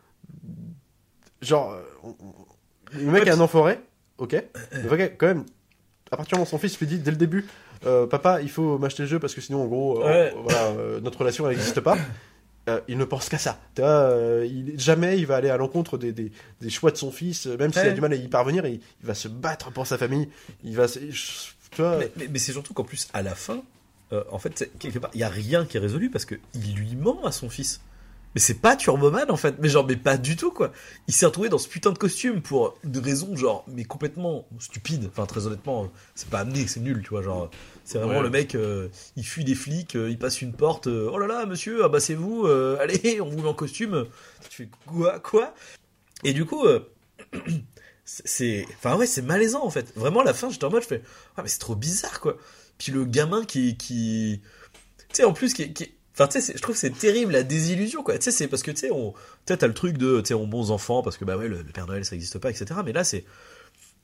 Genre, on- on- le mec Ouais, a un puis- enfoiré, ok. Le vrai, quand même, à partir du moment où son fils lui dit dès le début, euh, papa, il faut m'acheter le jeu parce que sinon, en gros, euh, Ouais. on- voilà, euh, notre relation elle n'existe pas. Euh, il ne pense qu'à ça. Tu vois, euh, il- jamais il va aller à l'encontre des, des, des choix de son fils, euh, même s'il Ouais. a du mal à y parvenir, il, il va se battre pour sa famille. Il va, se- je- tu vois, Mais, mais- mais c'est surtout qu'en plus, à la fin, euh, en fait, c'est- quelque part, il y a rien qui est résolu parce que il lui ment à son fils. Mais c'est pas Turboman en fait, mais genre, mais pas du tout quoi. Il s'est retrouvé dans ce putain de costume pour une raison genre, mais complètement stupide. Enfin, très honnêtement, c'est pas amené, c'est nul, tu vois. Genre, c'est vraiment Ouais. le mec, euh, il fuit des flics, euh, il passe une porte, euh, oh là là, monsieur, ah bah c'est vous, euh, allez, on vous met en costume. Tu fais quoi, quoi Et du coup, euh, c'est- c'est, enfin ouais, c'est malaisant en fait. Vraiment, à la fin, j'étais en mode, je fais, ah mais c'est trop bizarre quoi. Puis le gamin qui, qui, tu sais, en plus qui, qui enfin, tu sais, c'est- je trouve que c'est terrible la désillusion, quoi. Tu sais, c'est parce que, tu sais, on, tu sais, t'as le truc de, tu sais, on bons enfants, parce que, bah ouais, le, le Père Noël, ça existe pas, et cetera. Mais là, c'est,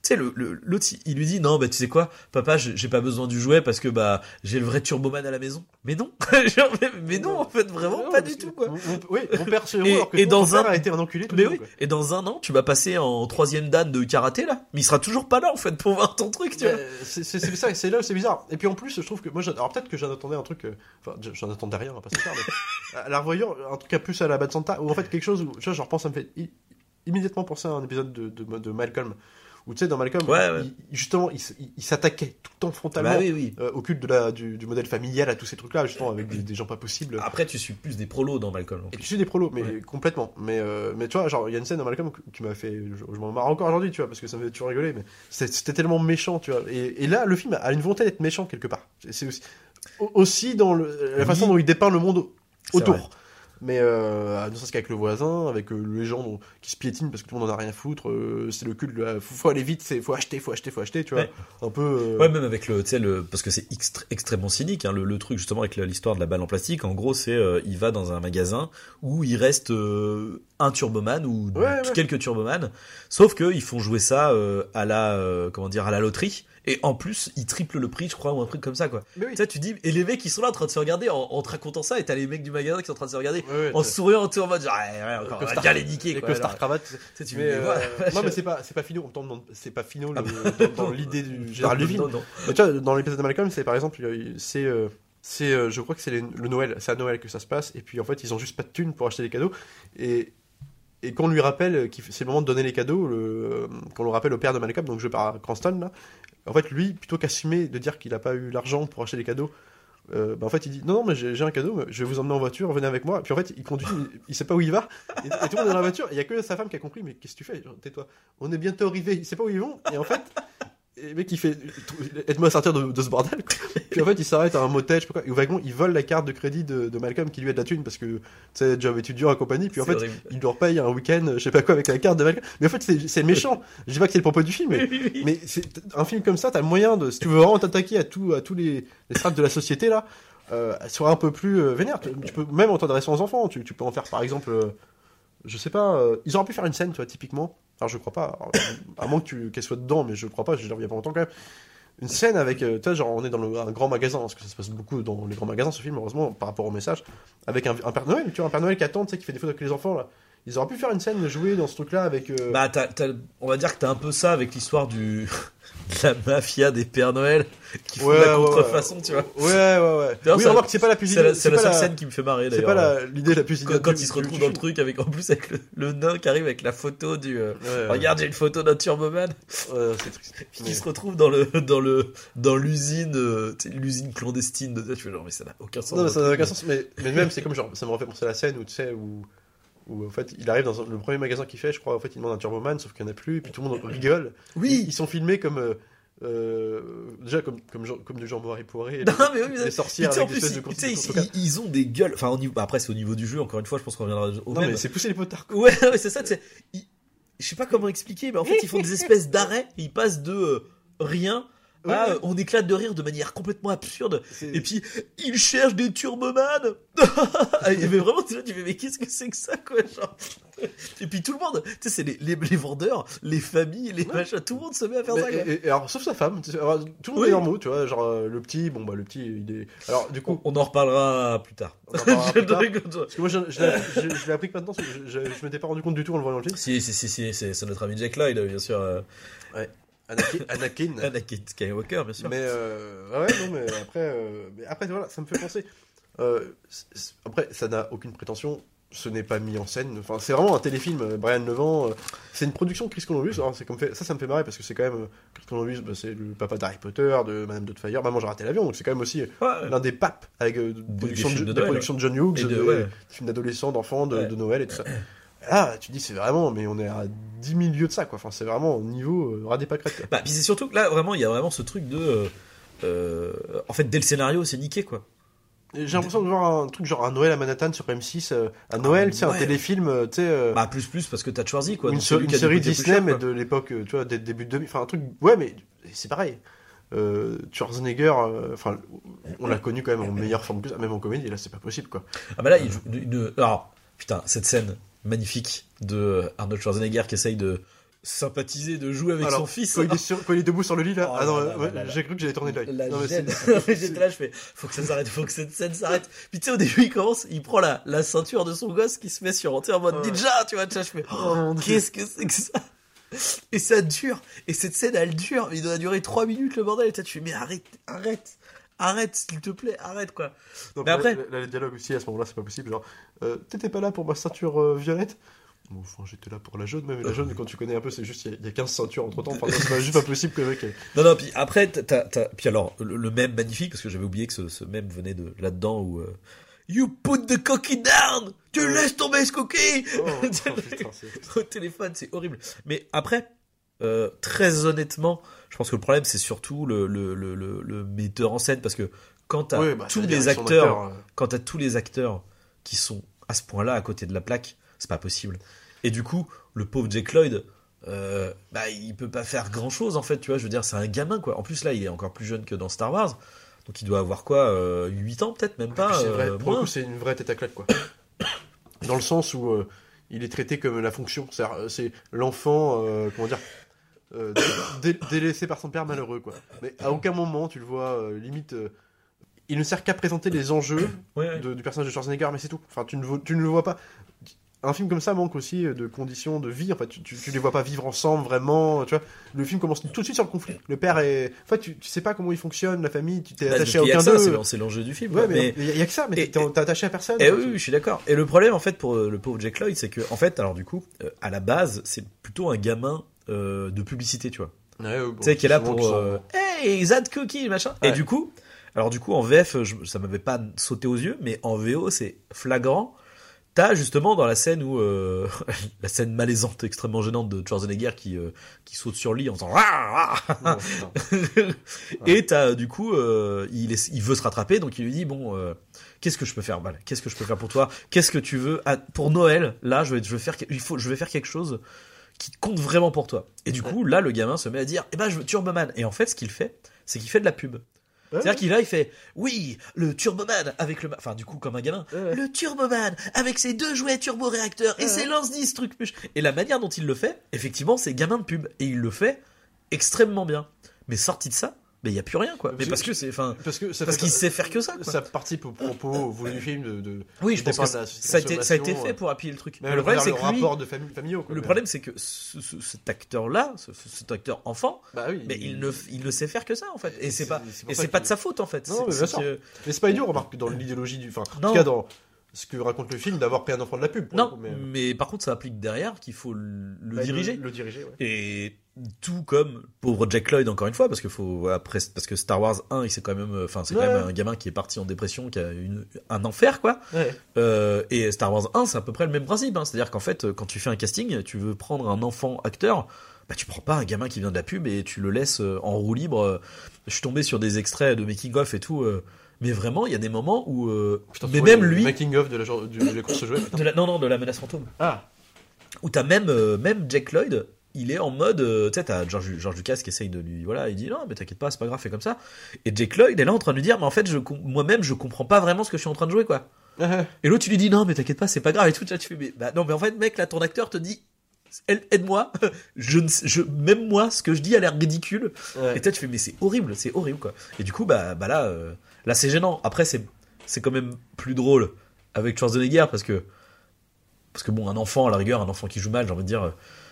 sais, le, le, l'autre, il lui dit, non, bah, tu sais quoi, papa, j'ai, j'ai pas besoin du jouet parce que, bah, j'ai le vrai Turboman à la maison. Mais non. Genre, mais, mais non, en fait, vraiment, Non, pas parce du que tout, quoi. mon- mon- oui, mon père c'est Et- héros, alors que et ton dans père un- a été un enculé tout Mais le temps, oui. quoi. Et dans un an, tu vas passer en troisième dan de karaté, là. Mais il sera toujours pas là, en fait, pour voir ton truc, tu vois. Mais C'est c'est- c'est ça, c'est là où c'est bizarre. Et puis en plus, je trouve que moi, j'ad- alors peut-être que j'en attendais un truc, euh, enfin, j'en attendais rien, on va pas se faire, mais à la revoyure, un truc à plus à la Bad Santa, ou en fait quelque chose où, tu vois, je repense, ça me fait i- immédiatement penser à un épisode de, de, de Malcolm, où tu sais, dans Malcolm, Ouais, il- ouais. il- justement, il, s- il- il s'attaquait tout le temps frontalement Bah oui, oui. euh, au culte de la, du, du modèle familial, à tous ces trucs-là, justement, avec des, des gens pas possibles. Après, tu suis plus des prolos dans Malcolm. en Et plus. tu suis des prolos, mais Ouais. complètement. Mais, euh, mais tu vois, genre, il y a une scène dans Malcolm qui m'a fait. Je, je m'en marre encore aujourd'hui, tu vois, parce que ça me fait toujours rigoler, mais c'était c'était tellement méchant, tu vois. Et, et là, le film a une volonté d'être méchant quelque part. C'est- C'est aussi, au- aussi dans le- la Oui. façon dont il dépeint le monde C'est autour. vrai. Mais euh, ne serait-ce qu'avec le voisin, avec euh, les gens dont- qui se piétinent parce que tout le monde en a rien à foutre, euh, c'est le culte, de la- faut, faut aller vite, c'est faut acheter, faut acheter, faut acheter, tu vois. Ouais. Un peu. euh, Ouais, même avec le, tu sais, le, parce que c'est extré- extrêmement cynique, hein, le, le truc justement avec la- l'histoire de la balle en plastique. En gros, c'est, euh, il va dans un magasin où il reste euh, un Turboman ou Ouais, ouais. quelques Turboman, sauf que ils font jouer ça euh, à la, euh, comment dire, à la loterie. Et en plus, ils triplent le prix, je crois, ou un truc comme ça, quoi. Mais oui. Tu sais, tu dis, et les mecs, ils sont là en train de se regarder en, en te racontant ça, et t'as les mecs du magasin qui sont en train de se regarder Ouais, ouais, en t'as- souriant, tout en mode, genre, ouais, ouais, encore, on va costard- bien les niquer, les quoi. costards alors. cravates. Tu sais, tu Mais, me dis, euh, ouais, non, mais c'est pas, c'est pas finaux. On tombe dans- c'est pas finaux le- Ah dans, dans l'idée du général non, Levin. non, non. Mais tu vois, dans l'épisode de Malcolm, c'est par exemple, il- c'est, euh, c'est, euh, je crois que c'est les- le Noël, c'est à Noël que ça se passe, et puis en fait, ils ont juste pas de thunes pour acheter les cadeaux, et et quand on lui rappelle que c'est le moment de donner les cadeaux, le, euh, qu'on le rappelle au père de Malcolm, donc joué par Cranston là, en fait, lui, plutôt qu'assumer de dire qu'il a pas eu l'argent pour acheter les cadeaux. Euh, bah en fait il dit non non mais j'ai, j'ai un cadeau, mais je vais vous emmener en voiture, venez avec moi. Et puis en fait il conduit, il, il sait pas où il va, et, et tout le monde est dans la voiture, et il y a que sa femme qui a compris, mais qu'est-ce que tu fais? Genre, tais-toi, on est bientôt arrivé, il sait pas où ils vont, et en fait et le mec il fait aide-moi à sortir de, de ce bordel, quoi. Puis en fait il s'arrête à un motel, je sais pas quoi, et au wagon il vole la carte de crédit de, de Malcolm qui lui a de la thune parce que tu sais job étudiant et compagnie, puis en C'est fait horrible. il leur paye un week-end je sais pas quoi avec la carte de Malcolm, mais en fait c'est, c'est méchant. Je dis pas que c'est le propos du film, mais, mais c'est un film comme ça, t'as le moyen de, si tu veux vraiment t'attaquer à tout, à tous les, les strates de la société là, euh, soit un peu plus euh, vénère. Tu, tu peux même en t'adressant aux enfants, tu, tu peux en faire par exemple, euh, je sais pas, euh, ils auraient pu faire une scène, tu vois, typiquement. Alors je crois pas, alors, à moins que tu, qu'elle soit dedans, mais je crois pas, je l'ai vu il y a pas longtemps quand même. Une scène avec, euh, tu vois, genre on est dans le, un grand magasin, parce que ça se passe beaucoup dans les grands magasins ce film, heureusement, par rapport au message, avec un, un Père Noël, tu vois, un Père Noël qui attend, tu sais, qui fait des photos avec les enfants là. Ils auraient pu faire une scène jouer dans ce truc-là avec. euh, Bah, t'as, t'as- on va dire que t'as un peu ça avec l'histoire du, de la mafia des Pères Noël qui font Ouais, de la ouais, contrefaçon, tu vois. Ouais, ouais, ouais. D'ailleurs, Oui, ça- remarque, c'est pas la plus C'est la, idée- c'est la pas seule la- scène qui me fait marrer C'est d'ailleurs. pas la- l'idée la plus Quand, idéale quand du- il se du- retrouve du dans le film. truc avec en plus avec le, le nain qui arrive avec la photo du euh, Ouais, ouais. regarde j'ai une photo d'un Turboman Ouais, c'est triste. puis Mais- qui se retrouve dans le dans le dans l'usine euh, tu sais, l'usine clandestine de ça tu fais genre mais ça n'a aucun sens. Non, mais ça n'a aucun sens, mais, mais même, c'est comme genre, ça me refait penser à la scène où, tu sais, où, où en fait, il arrive dans un- le premier magasin qu'il fait, je crois, en fait, il demande un Turboman, sauf qu'il n'y en a plus, et puis tout le monde rigole. Oui. Ils, ils sont filmés comme, euh, euh, déjà, comme, comme, Jean- comme du Jean Moiré Poiré, Non, mais oui, mais- les sorcières tu sais, en avec des plus, espèces de ils, tu sais, constitutions ils, ils ont des gueules. Enfin, au niveau, bah, après, c'est au niveau du jeu. Encore une fois, je pense qu'on reviendra au Non, même. mais c'est pousser les potards. quoi. Ouais, ouais, c'est ça. tu sais, ils- Je sais pas comment expliquer, mais en fait, ils font des espèces d'arrêts. Ils passent de euh, rien Ouais, à ouais. euh, on éclate de rire de manière complètement absurde. C'est- Et puis, ils cherchent des Turboman. Et mais vraiment, tu vois, tu fais, mais qu'est-ce que c'est que ça, quoi, genre. Et puis tout le monde, tu sais, c'est les, les, les vendeurs, les familles, les machins, tout le monde se met à faire Mais- ça, quoi. et, et alors, sauf sa femme, tu sais, alors, tout le monde Oui. est normaux, tu vois, genre, euh, le petit, bon, bah, le petit, il est. Alors, du coup, On en reparlera plus tard. on en parlera plus tard. Je rigole, toi. Parce que moi, je, je l'ai je- je l'ai appris que maintenant, parce que je, je, je m'étais pas rendu compte du tout en le voyant le film. Si, si, si, si, c'est c'est notre ami Jack Lloyd, bien sûr. euh, Anakin. Anakin. Anakin Skywalker, bien sûr. Mais euh, ouais, ouais, non, mais après, euh, mais après, voilà, ça me fait penser. Euh, c'est- c'est- après, ça n'a aucune prétention. Ce n'est pas mis en scène. Enfin, c'est vraiment un téléfilm. euh, Brian Levent. euh, c'est une production de Chris Columbus. Alors, c'est comme fait, ça, ça me fait marrer parce que c'est quand même euh, Chris Columbus. Bah, c'est le papa d'Harry Potter, de Madame Doubtfire, Maman j'ai raté l'avion. Donc c'est quand même aussi euh, Ouais. l'un des papes avec euh, de- Des- production des de, films de des Noël, productions de John Hughes, Et de- des- ouais. des films d'adolescents, d'enfants, de, Ouais. de Noël et tout ça. Là, tu dis c'est vraiment, mais on est à dix mille lieues de ça, quoi. Enfin, c'est vraiment au niveau euh, ras des pâquerettes, quoi. Bah, puis c'est surtout que là, vraiment, il y a vraiment ce truc de. euh, euh, en fait, dès le scénario, c'est niqué, quoi. Et j'ai l'impression de voir un truc genre un Noël à Manhattan sur M six, euh, un Noël, tu sais, un ouais. téléfilm, euh, tu sais, euh, Bah, plus, plus, parce que t'as Schwarzy, quoi. une, donc sé- c'est lui une qui a série du côté plus Disney, cher, mais quoi. de l'époque, euh, tu vois, des débuts de deux mille, enfin un truc, ouais, mais c'est pareil. Euh, Schwarzenegger, euh, enfin, on l'a connu quand même en meilleure forme que ça, même en comédie, et là c'est pas possible, quoi. Ah, bah là, il joue une. une- Alors, putain, cette scène magnifique de Arnold Schwarzenegger qui essaye de sympathiser, de jouer avec Alors, son fils. Quand il, est sur- quand il est debout sur le lit, là, Oh ah non, là là ouais, là là. j'ai cru que j'allais tourner de l'œil. La Non, mais gêne. c'est- J'étais là, je fais, faut que ça s'arrête, faut que cette scène s'arrête. Puis tu sais, au début, il commence, il prend la, la ceinture de son gosse qui se met sur, tu sais, en mode Ouais. ninja, tu vois, tu vois, je fais, Oh, mon Dieu. qu'est-ce que c'est que ça? Et ça dure. Et cette scène, elle dure. Il doit durer trois minutes, le bordel. Et toi, tu fais, mais arrête, arrête, arrête, s'il te plaît, arrête, quoi. Donc, Mais après- là, là, le dialogue aussi, à ce moment-là, c'est pas possible. Genre, euh, t'étais pas là pour ma ceinture euh, violette? Bon, enfin, j'étais là pour la jaune, même. Et la jaune, quand tu connais un peu, c'est juste, il y, a- il y a quinze ceintures entre temps. Enfin, c'est pas, juste pas possible que le mec ait- Non, non, puis après, t'as, t'as, t'as- puis alors, le, le mème magnifique, parce que j'avais oublié que ce, ce mème venait de là-dedans où, euh, You put the cookie down! Tu laisses tomber ce cookie! Oh, oh, putain, c'est- Au téléphone, c'est horrible. Mais après, euh, très honnêtement, je pense que le problème, c'est surtout le, le, le, le, le metteur en scène, parce que quand t'as Ouais, bah, tous c'est les la direction acteurs, d'acteur, euh. quand t'as tous les acteurs qui sont à ce point-là, à côté de la plaque, c'est pas possible. Et du coup, le pauvre Jake Lloyd, euh, bah, il peut pas faire grand-chose, en fait, tu vois, je veux dire, c'est un gamin, quoi. En plus, là, il est encore plus jeune que dans Star Wars, donc il doit avoir quoi, euh, huit ans, peut-être, même Et pas, puis c'est vrai, euh, pour le moins. coup, c'est une vraie tête à claque, quoi. Dans le sens où euh, il est traité comme la fonction. C'est-à-dire, euh, c'est l'enfant, euh, comment dire, euh, dé- dé- délaissé par son père malheureux, quoi. Mais à aucun moment, tu le vois, euh, limite, euh, il ne sert qu'à présenter les enjeux Ouais, ouais. de- du personnage de Schwarzenegger, mais c'est tout. Enfin, tu ne, vo- tu ne le vois pas. Un film comme ça manque aussi de conditions de vie. En fait, tu, tu, tu les vois pas vivre ensemble vraiment. Tu vois, le film commence tout de suite sur le conflit. Le père est. En fait, tu, tu sais pas comment il fonctionne, la famille. Tu t'es Bah, attaché à parce qu'il y a aucun que ça, d'eux. c'est, c'est l'enjeu du film. Ouais, quoi. mais il y, a que ça. Mais et- t'es, t'es attaché à personne. Et quoi. oui, Tu- oui, je suis d'accord. Et le problème, en fait, pour euh, le pauvre Jake Lloyd, c'est que, en fait, alors du coup, euh, à la base, c'est plutôt un gamin euh, de publicité, tu vois. Ouais, ouais, bon, Tu sais, qui est là souvent, pour tu euh, sens- Hey, that cookie, machin. Ouais. Et du coup, alors du coup, en V F, je- ça m'avait pas sauté aux yeux, mais en V O, c'est flagrant. T'as justement dans la scène où euh, la scène malaisante, extrêmement gênante de Schwarzenegger qui euh, qui saute sur lui en faisant ah, ah. Oh, putain. Et t'as du coup, euh, il est, il veut se rattraper, donc il lui dit bon, euh, qu'est-ce que je peux faire, Val Qu'est-ce que je peux faire pour toi Qu'est-ce que tu veux Ah, pour Noël Là, je vais, je vais faire, il faut, je vais faire quelque chose qui compte vraiment pour toi. Et du coup, là, le gamin se met à dire, eh ben, je veux Turboman. Et en fait, ce qu'il fait, c'est qu'il fait de la pub. C'est-à-dire qu'il là, il fait, oui, le Turboman avec le, ma- enfin, du coup, comme un gamin, Ouais. le Turboman avec ses deux jouets turbo-réacteurs et ses lance-dix trucs push. Et la manière dont il le fait, effectivement, c'est gamin de pub. Et il le fait extrêmement bien. Mais sorti de ça, mais il y a plus rien, quoi. Parce Mais que- parce que c'est, enfin, Parce que ça parce fait- qu'il sait faire que ça, quoi. Ça participe au propos voulu du film de. de Oui, je de pense que départ de ça, la ça a été, ça a été consommation, fait euh, pour appuyer le truc. Même Mais le, le problème, c'est le que lui, rapport de famille familiaux. Quoi. le Mais- problème, c'est que ce- ce- cet acteur-là, ce- ce- cet acteur enfant, Bah oui. mais il ne, il ne sait faire que ça, en fait. Et c'est pas, c'est pour et ça c'est pas qu'il- de sa faute, en fait. Non, C'est- mais bien c'est sûr. que- Mais c'est pas idiot, remarque, dans l'idéologie du. Enfin, en Non. tout cas, dans ce que raconte le film, d'avoir pris un enfant de la pub. pour le Non, coup, mais- mais par contre, ça implique derrière qu'il faut le, le Bah, diriger. Le, le diriger, ouais. Et tout comme pauvre Jack Lloyd, encore une fois, parce que faut après, parce que Star Wars un, il c'est quand même, enfin, c'est quand Ouais. même un gamin qui est parti en dépression, qui a une, un enfer, quoi. Ouais. Euh, et Star Wars un, c'est à peu près le même principe. Hein. C'est-à-dire qu'en fait, quand tu fais un casting, tu veux prendre un enfant acteur, bah tu prends pas un gamin qui vient de la pub et tu le laisses euh, en roue libre. Je suis tombé sur des extraits de making of et tout. euh, mais vraiment, il y a des moments où, euh, Putain, mais tu même vois, le lui, Making of de la, genre- du- de la course jouée. putain. de la, non non, de la menace fantôme. Ah. Où t'as même, euh, même Jack Lloyd, il est en mode, euh, tu sais, t'as George, George Lucas qui essaye de lui, voilà, il dit non, mais t'inquiète pas, c'est pas grave, fais comme ça. Et Jack Lloyd est là en train de lui dire, mais en fait, je, com- moi-même, je comprends pas vraiment ce que je suis en train de jouer, quoi. Et l'autre, tu lui dis non, mais t'inquiète pas, c'est pas grave et tout. Tu fais, mais bah non, mais en fait, mec, là, ton acteur te dit, aide- aide-moi, je ne sais- je, même moi, ce que je dis a l'air ridicule. Ouais. Et toi, tu fais, mais c'est horrible, c'est horrible, quoi. Et du coup, bah, bah là, euh, là, c'est gênant. Après, c'est, c'est quand même plus drôle avec Schwarzenegger parce que, parce que bon, un enfant, à la rigueur, un enfant qui joue mal, j'ai envie de dire, euh,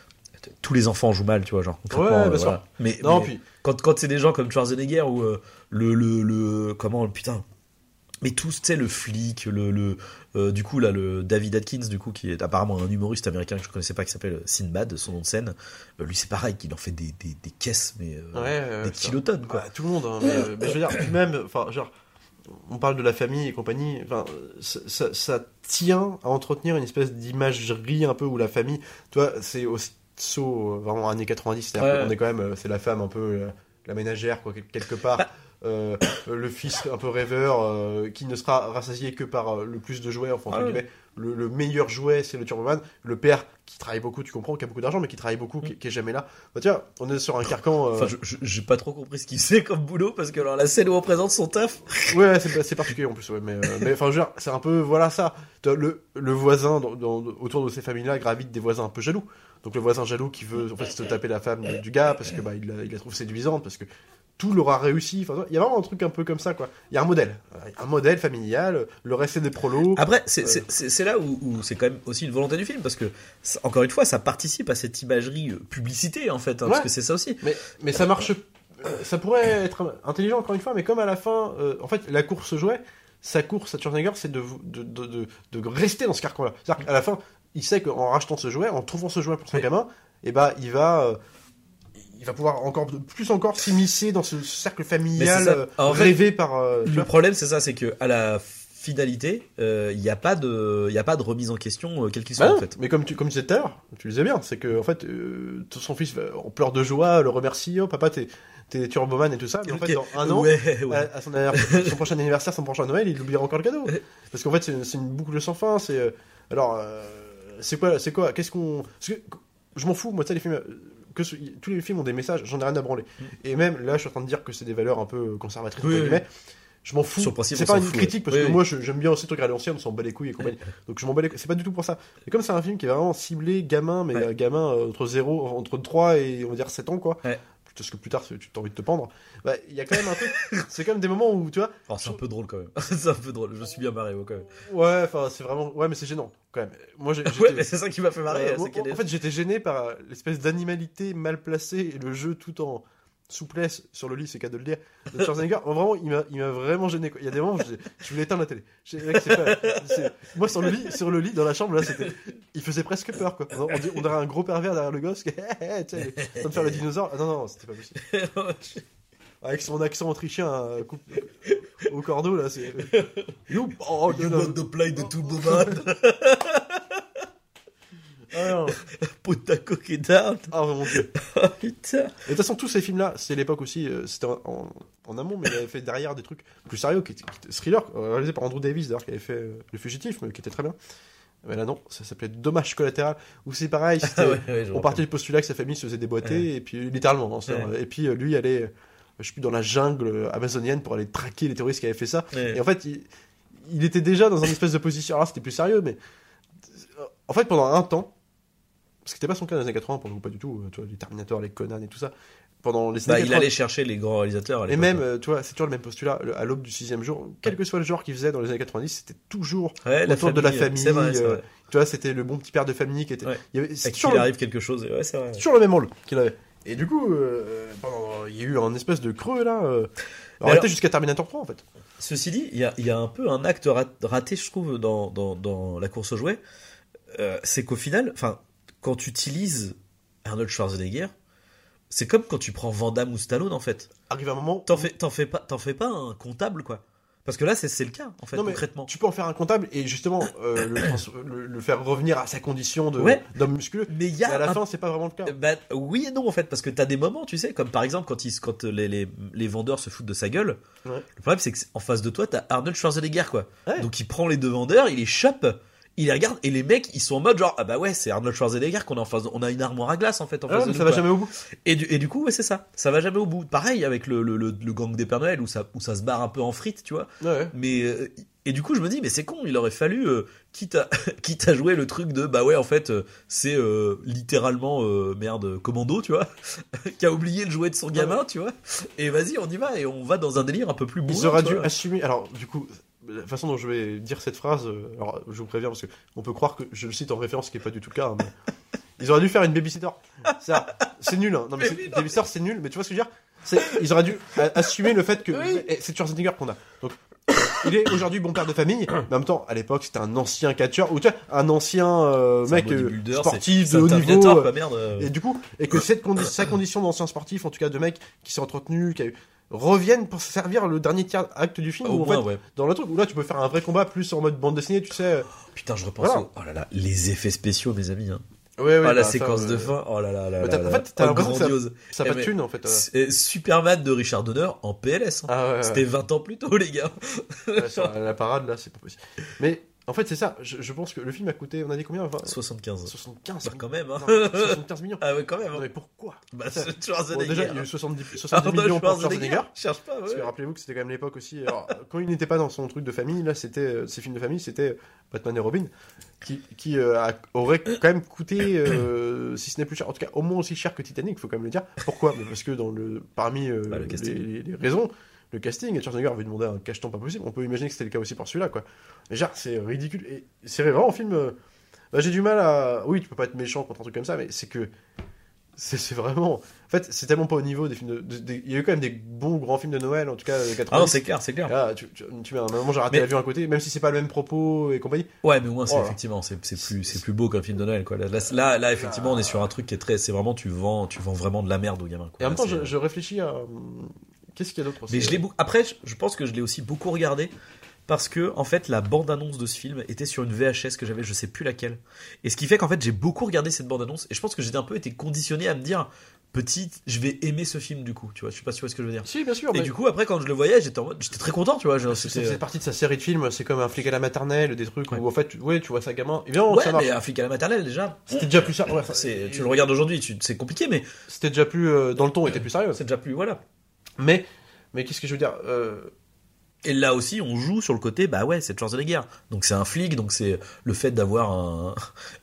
tous les enfants jouent mal, tu vois, genre. concrètement, Ouais, euh, bien sûr. voilà. Mais, Non, mais puis. quand, quand c'est des gens comme Schwarzenegger ou euh, le, le, le, comment, putain. Mais tous, tu sais, le flic, le, le euh, du coup, là, le David Atkins, du coup, qui est apparemment un humoriste américain que je connaissais pas, qui s'appelle Sinbad, son nom de scène. Euh, lui, c'est pareil, qu'il en fait des, des, des caisses, mais euh, Ouais, ouais, des ça. kilotonnes, quoi. Bah, tout le monde, hein, mais, euh, mais je veux dire, puis même, enfin, genre, on parle de la famille et compagnie, enfin, ça, ça, ça tient à entretenir une espèce d'imagerie un peu où la famille, tu vois, c'est aussi saut euh, vraiment années quatre-vingt-dix, c'est-à-dire Ouais. qu'on est quand même, euh, c'est la femme un peu, euh, la ménagère, quoi, quel- quelque part. Bah, euh, le fils un peu rêveur euh, qui ne sera rassasié que par euh, le plus de jouets, enfin entre Ah ouais. guillemets, le, le meilleur jouet c'est le Turboman, le père qui travaille beaucoup, tu comprends, qui a beaucoup d'argent mais qui travaille beaucoup, qui, qui est jamais là. Bah tiens, on est sur un carcan. Euh... Enfin, je, je- j'ai pas trop compris ce qu'il faisait comme boulot parce que alors la scène où on présente son taf. Ouais, c'est, c'est particulier en plus, ouais, mais, euh, mais enfin, je veux dire, c'est un peu, voilà ça. T'as Le, le voisin, dans, dans- autour de ces familles-là, gravite des voisins un peu jaloux. Donc le voisin jaloux qui veut en fait se taper la femme de- du gars parce que bah il la, il la trouve séduisante, parce que tout l'aura réussi. Enfin, il y a vraiment un truc un peu comme ça, quoi. Il y a un modèle, un modèle familial. Le reste c'est des prolos. Après, c'est, Euh. c'est, c'est, c'est là où, où c'est quand même aussi une volonté du film parce que ça- encore une fois, ça participe à cette imagerie euh, publicité en fait, hein, parce Ouais. que c'est ça aussi. Mais, mais ça marche. euh, Ça pourrait être intelligent encore une fois, mais comme à la fin, euh, en fait, la course jouait. Sa course à Schwarzenegger, c'est de, de, de, de, de rester dans ce carcan-là. C'est-à-dire qu'à la fin, il sait qu'en rachetant ce jouet, en trouvant ce jouet pour son Oui. gamin, et bah, il va, euh, il va pouvoir encore plus encore s'immiscer dans ce cercle familial Mais c'est ça. euh, En fait, rêvé par. euh, tu Le vois. problème, c'est ça, c'est que à la finalité, il n'y a pas de, il y a pas de remise en question euh, quel qu'il soit Bah non, en fait. Mais comme tu, comme tu disais tout à l'heure, tu le disais bien, c'est que en fait, euh, son fils va- en pleurs de joie, le remercie, oh papa, t'es, t'es Turboman et tout ça. Mais en fait, dans un an, ouais, ouais. à, à son, anniversaire- son prochain anniversaire, son prochain Noël, il oubliera encore le cadeau. Parce qu'en fait, c'est, c'est une boucle sans fin. C'est euh, alors, euh, c'est quoi, c'est quoi, qu'est-ce qu'on, parce que je m'en fous, moi, tu sais, les films, euh, que ce- tous les films ont des messages, j'en ai rien à branler. Et même là, je suis en train de dire que c'est des valeurs un peu conservatrices, Oui, entre oui. guillemets. Je m'en fous. Sur le principe, C'est on pas s'en une fout, critique parce ouais. que Oui, moi je- j'aime bien aussi truc à l'ancienne, on s'en bat les couilles et compagnie. Donc je m'en bats les couilles. C'est pas du tout pour ça. Mais comme c'est un film qui est vraiment ciblé gamin, mais Ouais. euh, gamin euh, entre zéro, entre trois et on va dire sept ans quoi. Ouais. Parce que plus tard tu as envie de te pendre. Bah il y a quand même un truc. C'est quand même des moments où tu vois. Oh, c'est un peu drôle quand même. c'est un peu drôle. Je me suis bien marré moi, quand même. Ouais, enfin c'est vraiment. Ouais, mais c'est gênant quand même. Moi j'ai. Ouais, j'étais- mais c'est ça qui m'a fait marrer. euh, c'est moi, qu'elle est- en fait j'étais gêné par euh, l'espèce d'animalité mal placée et le jeu tout en souplesse sur le lit, c'est qu'à de le dire. De Schwarzenegger, vraiment, il m'a, il m'a vraiment gêné. Quoi. Il y a des moments, où je, je voulais éteindre la télé. Je- mec, c'est pas- c'est- Moi, sur le lit, sur le lit, dans la chambre, là, c'était, il faisait presque peur. Quoi. On, dit- on dirait un gros pervers derrière le gosse, qui, tu sais, il est en train de faire le dinosaure. Ah, non, non, c'était pas possible. Avec son accent autrichien euh, coup- au cordeau, là, c'est. You, oh, You non, non. want to play the Turboman? Ah, non. Put ta coquille down. Ah, mon dieu. Oh putain. Et de toute façon, tous ces films-là, c'est l'époque aussi, euh, c'était en, en, en amont, mais il avait fait derrière des trucs plus sérieux, qui étaient, qui étaient- Thriller, euh, réalisé par Andrew Davis, d'ailleurs, qui avait fait euh, Le Fugitif, mais qui était très bien. Mais là, non, ça s'appelait Dommage collatéral, où c'est pareil, c'était, Ah ouais, ouais, je on vois. partait du postulat que sa famille se faisait déboîter, et puis littéralement, hein, c'est- Ouais. et puis euh, lui allait, euh, je sais plus, dans la jungle euh, amazonienne pour aller traquer les terroristes qui avaient fait ça. Ouais. Et en fait, il, il était déjà dans une espèce de position, alors c'était plus sérieux, mais euh, en fait, pendant un temps, ce qui n'était pas son cas dans les années quatre-vingts, pour nous, pas du tout, euh, tu vois, les Terminator, les Conan et tout ça, pendant les Bah, années il quatre-vingts, allait chercher les grands réalisateurs. à et l'époque. même, euh, tu vois, c'est toujours le même postulat, le- à l'aube du sixième jour, quel que soit le genre qu'il faisait dans les années quatre-vingt-dix, c'était toujours Ouais, la autour de la famille, famille, c'est vrai, c'est euh, vrai. tu vois, c'était le bon petit père de famille qui était... Ouais. Il y avait, À c'est qui toujours il le- arrive quelque chose. Ouais, c'est vrai. c'est toujours le même rôle qu'il avait. Et du coup, euh, pendant- il y a eu un espèce de creux, là, euh, arrêté alors- jusqu'à Terminator trois, en fait. Ceci dit, il y a, il y a un peu un acte rat- raté, je trouve, dans, dans, dans la course aux jouets. Euh, c'est qu'au final, enfin, quand tu utilises Arnold Schwarzenegger, c'est comme quand tu prends Van Damme ou Stallone, en fait. Arrive un moment... T'en fais, t'en fais pas, t'en fais pas un comptable, quoi. Parce que là, c'est, c'est le cas, en fait, Non, mais concrètement. tu peux en faire un comptable et justement euh, le, trans- le- le faire revenir à sa condition de, Ouais. d'homme musculeux. Mais il y Et a à la un fin, c'est pas vraiment le cas. Bah, oui et non en fait, parce que t'as des moments, tu sais, comme par exemple quand, ils, quand les, les, les vendeurs se foutent de sa gueule. Ouais. Le problème c'est qu'en face de toi t'as Arnold Schwarzenegger quoi. Ouais. Donc il prend les deux vendeurs, il les chope, il les regarde et les mecs ils sont en mode genre ah bah ouais c'est Arnold Schwarzenegger qu'on a en face, de- on a une armoire à glace en fait en Ah face ouais, de mais nous, ça va quoi. jamais au bout. Et du, et du coup ouais c'est ça, ça va jamais au bout. Pareil avec le, le, le, le gang des Pères Noël où ça, où ça se barre un peu en frites tu vois. Ouais. Mais euh, et du coup je me dis mais c'est con, il aurait fallu euh, quitte à quitte à jouer le truc de bah ouais en fait euh, c'est euh, littéralement euh, merde commando tu vois qui a oublié le jouet de son gamin tu vois et vas-y on y va et on va dans un délire un peu plus Ils bourrin, auraient tu dû vois. assumer. Alors, du coup, la façon dont je vais dire cette phrase, euh, alors je vous préviens parce que on peut croire que je le cite en référence, ce qui est pas du tout le cas. hein, mais ils auraient dû faire une babysitter. Ça, c'est nul. Hein. Non, mais, Mais c'est- oui, non, babysitter, c'est nul. Mais tu vois ce que je veux dire c'est, ils auraient dû a- assumer le fait que Oui. eh, c'est Schwarzenegger qu'on a. Donc, il est aujourd'hui bon père de famille, mais en même temps, à l'époque, c'était un ancien catcheur ou tu vois, un ancien euh, C'est un mec euh, bodybuilder, sportif c'est- de haut c'est un niveau. Terminator, euh, quoi, merde. euh. Et du coup, et que cette condi- sa condition d'ancien sportif, en tout cas de mec qui s'est entretenu, qui a eu, reviennent pour servir le dernier tiers acte du film. Au où, en moins fait, ouais. dans le truc où là tu peux faire un vrai combat plus en mode bande dessinée, tu sais. Putain je repense Voilà. au... oh là là les effets spéciaux mes amis hein. Ouais, ouais, ah, la bah, séquence ça, de euh, fin, oh là là là bah, là t'as- là en là. fait, t'as Oh, l'impression que ça- grandiose. Ça a Eh, pas de mais thune en fait. ouais. c'est- Superman de Richard Donner en P L S. hein. Ah ouais, ouais, C'était vingt ans plus tôt, les gars. ouais, sur la, la parade là, c'est pas possible. Mais en fait, c'est ça. Je, je pense que le film a coûté, on a dit combien vingt soixante-quinze. soixante-quinze. Bah, quand même, hein. Non, soixante-quinze millions. Ah ouais, quand même. Non, hein. mais pourquoi Bah, Ça- c'est Bon, Schwarzenegger. déjà, il y a eu soixante-dix, Ah, soixante-dix bah, millions pour Schwarzenegger. Schwarzenegger. Cherche pas, Parce que ouais. rappelez-vous que c'était quand même l'époque aussi. Alors, quand il n'était pas dans son truc de famille, là, c'était euh, ses films de famille, c'était Batman et Robin, qui, qui euh, a- aurait quand même coûté, euh, si ce n'est plus cher, en tout cas au moins aussi cher que Titanic, faut quand même le dire. Pourquoi Mais parce que dans le, parmi euh, Bah, le les, casting. les- les raisons, le casting, Schwarzenegger avait demandé un cacheton pas possible. On peut imaginer que c'était le cas aussi pour celui-là, quoi. Mais genre, c'est ridicule. Et c'est vraiment un film. euh, bah, j'ai du mal à. Oui, tu peux pas être méchant contre un truc comme ça, mais c'est que. C'est c'est vraiment. En fait, c'est tellement pas au niveau des films de. de- des- Il y a eu quand même des bons grands films de Noël, en tout cas, les Ah quatre-vingt-dix. non, c'est clair, c'est clair. Là, tu, tu, tu mets un moment, j'ai raté Mais- l'avion à côté, même si c'est pas le même propos et compagnie. Ouais, mais au moins, c'est Oh là. effectivement, c'est c'est plus, c'est plus beau qu'un film de Noël, quoi. Là, là, là, là, effectivement, on est sur un truc qui est très, c'est vraiment, tu vends, tu vends vraiment de la merde aux gamins, quoi. Et en même Là, temps, c'est- je, je réfléchis à. hum, Qu'est-ce qu'il y a d'autre aussi Mais je l'ai beaucoup. Après, je- je pense que je l'ai aussi beaucoup regardé parce que, en fait, la bande-annonce de ce film était sur une V H S que j'avais, je sais plus laquelle. Et ce qui fait qu'en fait, j'ai beaucoup regardé cette bande-annonce et je pense que j'ai un peu été conditionné à me dire, petit, je vais aimer ce film du coup. Tu vois, je sais pas si tu vois ce que je veux dire. Si, bien sûr. Et mais du coup, après, quand je le voyais, j'étais en mode, j'étais très content, tu vois. genre, c'est C'était. c'est partie de sa série de films, c'est comme un flic à la maternelle, des trucs Ouais. où en fait, tu- ouais, tu vois ça gamin. Évidemment, Ouais, ça marche. mais un flic à la maternelle déjà. C'était déjà plus sérieux. Ouais, C'est, tu le regardes aujourd'hui, tu- c'est compliqué, mais C'était déjà plus. euh, dans le ton, était plus sérieux. c'est déjà plus, voilà. Mais, mais qu'est-ce que je veux dire euh, Et là aussi, on joue sur le côté, bah ouais, c'est Schwarzenegger. Donc c'est un flic, donc c'est le fait d'avoir un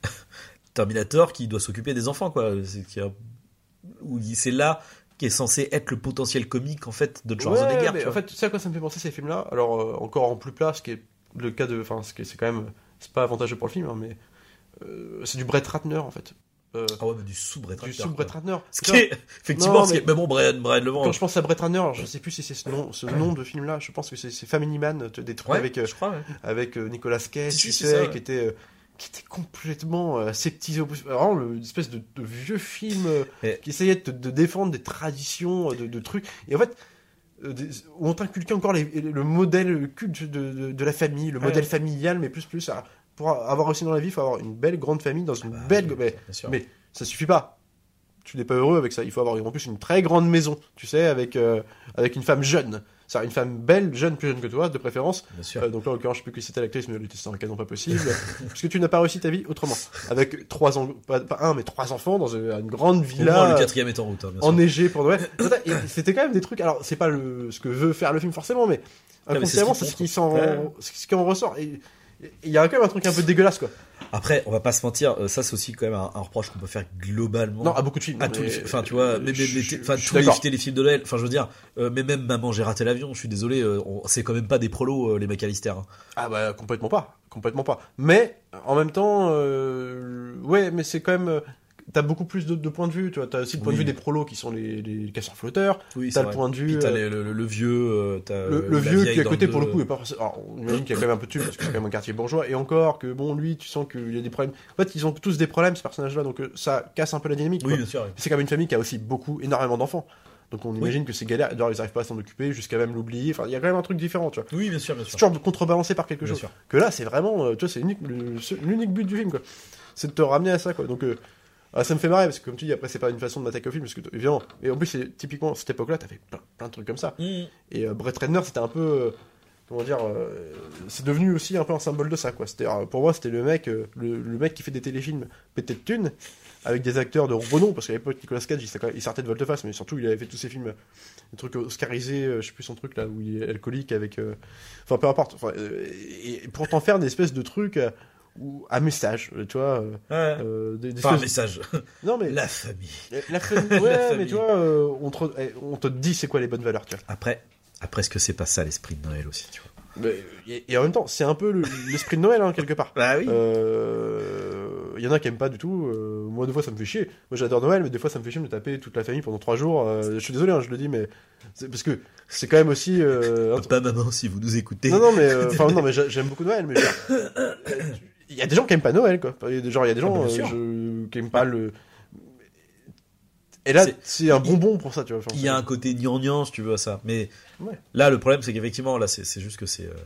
Terminator qui doit s'occuper des enfants, quoi. C'est, qui a- où il- c'est là qui est censé être le potentiel comique, en fait, de Schwarzenegger. Ouais, tu mais vois. en fait, tu sais à quoi ça me fait penser ces films-là Alors, euh, encore en plus plat, ce qui est le cas de. Enfin, ce qui est- c'est quand même. C'est pas avantageux pour le film, hein, mais. euh, c'est du Brett Ratner, en fait. Euh, Ah ouais, mais du sous-Brett du Ratner, sous quoi. Brett Ratner. Ce Tu qui vois, est, effectivement, Non, ce qui est- mais- mais bon, Brian, Brian Levent. Quand je pense à Brett Ratner, je sais plus si c'est ce nom, ce nom de film-là, je pense que c'est c'est Family Man, tu- des trucs Ouais, avec, euh, je crois, ouais. avec euh, Nicolas Cage, Si, tu si, sais, c'est ça, ouais. qui était. euh, qui était complètement euh, aseptisé au bout. Vraiment, le- une espèce de, de vieux film euh, Et- qui essayait de, de défendre des traditions, euh, de, de trucs. Et en fait, euh, des- où on t'inculquait encore les- le modèle culte de, de, de la famille, le Ouais. modèle familial, mais plus, plus. ah, pour avoir aussi dans la vie, il faut avoir une belle grande famille dans une Bah, belle. oui, mais, bien sûr. mais ça suffit pas. Tu n'es pas heureux avec ça. Il faut avoir en plus une très grande maison, tu sais, avec, euh, avec une femme jeune. C'est une femme belle, jeune, plus jeune que toi, de préférence. Bien sûr. Euh, donc là, en l'occurrence, je sais plus qui c'était l'actrice, mais elle était sur un canon pas possible. Parce que tu n'as pas réussi ta vie autrement. Avec trois ans, pas, pas un, mais trois enfants dans une, une grande Au moins, villa le quatrième est en route, hein, bien sûr. enneigée pour Noël. Et c'était quand même des trucs. Alors, c'est pas le, ce que veut faire le film forcément, mais mais c'est ce inconsciemment, qui c'est ce compte. qui s'en, Ouais. c'est ce qui en ressort. Et et il y a quand même un truc un peu dégueulasse, quoi. Après, on va pas se mentir, euh, ça c'est aussi quand même un, un reproche qu'on peut faire globalement. Non, à beaucoup de films. À tous mais- les, enfin tu vois, mais, mais, je- mais- je- enfin je suis tous les, d'accord. téléfilms de Noël, enfin je veux dire, euh, mais même Maman j'ai raté l'avion, je suis désolé, euh, on- c'est quand même pas des prolos euh, les McAllister. hein. Ah bah complètement pas, complètement pas. Mais en même temps, euh, ouais, mais c'est quand même. euh, T'as beaucoup plus de, de points de vue, tu vois. T'as aussi le point Oui. de vue des prolos qui sont les, les casseurs flotteurs. Oui, T'as le point de vue. Puis t'as euh, les- le, le, le vieux, euh, t'as, Le, euh, le la vieux vieille qui à dans côté le pour le deux. coup est pas forcément. Alors, on imagine qu'il y a quand même un peu de thunes parce que c'est quand même un quartier bourgeois et encore que bon lui tu sens qu'il y a des problèmes. En fait ils ont tous des problèmes ces personnages là donc euh, ça casse un peu la dynamique. Oui, quoi. bien sûr. oui. C'est quand même une famille qui a aussi beaucoup énormément d'enfants donc on imagine que c'est galère. D'ailleurs ils arrivent pas à s'en occuper jusqu'à même l'oublier. Enfin il y a quand même un truc différent tu vois. Oui, bien sûr, bien C'est sûr. toujours contrebalancé par quelque Bien chose. sûr. Que là c'est vraiment euh, tu vois c'est l'unique le- ce- l'unique but du film quoi. C'est de te ramener à ça quoi donc. Euh, ah, ça me fait marrer parce que comme tu dis après c'est pas une façon de m'attaquer au film parce que évidemment et en plus c'est typiquement cette époque là t'avais plein, plein de trucs comme ça. Mmh. Et euh, Brett Ratner, c'était un peu. euh, comment dire. euh, c'est devenu aussi un peu un symbole de ça, quoi. C'était, euh, pour moi, c'était le mec, euh, le, le mec qui fait des téléfilms pétés de thunes, avec des acteurs de renom, parce qu'à l'époque, Nicolas Cage, il, s'est- il sortait de volte-face, mais surtout, il avait fait tous ces films, des trucs oscarisés, euh, je sais plus son truc, là, où il est alcoolique, avec. euh, Enfin, peu importe. Enfin, euh, et, et pour t'en faire des espèces de trucs. euh, ou à message, euh, tu vois. euh, Ouais. euh, des, des Enfin, un espèces- message. Non, mais. La famille. La famille, ouais, La mais famille. tu vois, euh, on, te, eh, on te dit c'est quoi les bonnes valeurs, tu vois. Après, après, est-ce que c'est pas ça l'esprit de Noël aussi, tu vois? Mais, et, et en même temps, c'est un peu le- l'esprit de Noël, hein, quelque part. Bah oui. Euh, Il y en a qui aiment pas du tout. euh, moi, des fois, ça me fait chier. Moi, j'adore Noël, mais des fois, ça me fait chier de me taper toute la famille pendant trois jours. euh, je suis désolé, hein, je le dis, mais c'est parce que c'est quand même aussi. euh, un- Papa, maman, si vous nous écoutez. Non, non, mais euh, enfin, non, mais j'a- j'aime beaucoup Noël, mais je veux dire, euh, il y a des gens qui aiment pas Noël, quoi. Il y a des gens, il y a des gens Ah, bah, bien euh, sûr. je- qui aiment pas le. Et là, C'est- c'est un bonbon pour ça, tu vois. Enfin, Il y a un côté gnangnan, si tu veux, à ça. Mais Ouais. là, le problème, c'est qu'effectivement, là, c'est c'est juste que c'est. euh,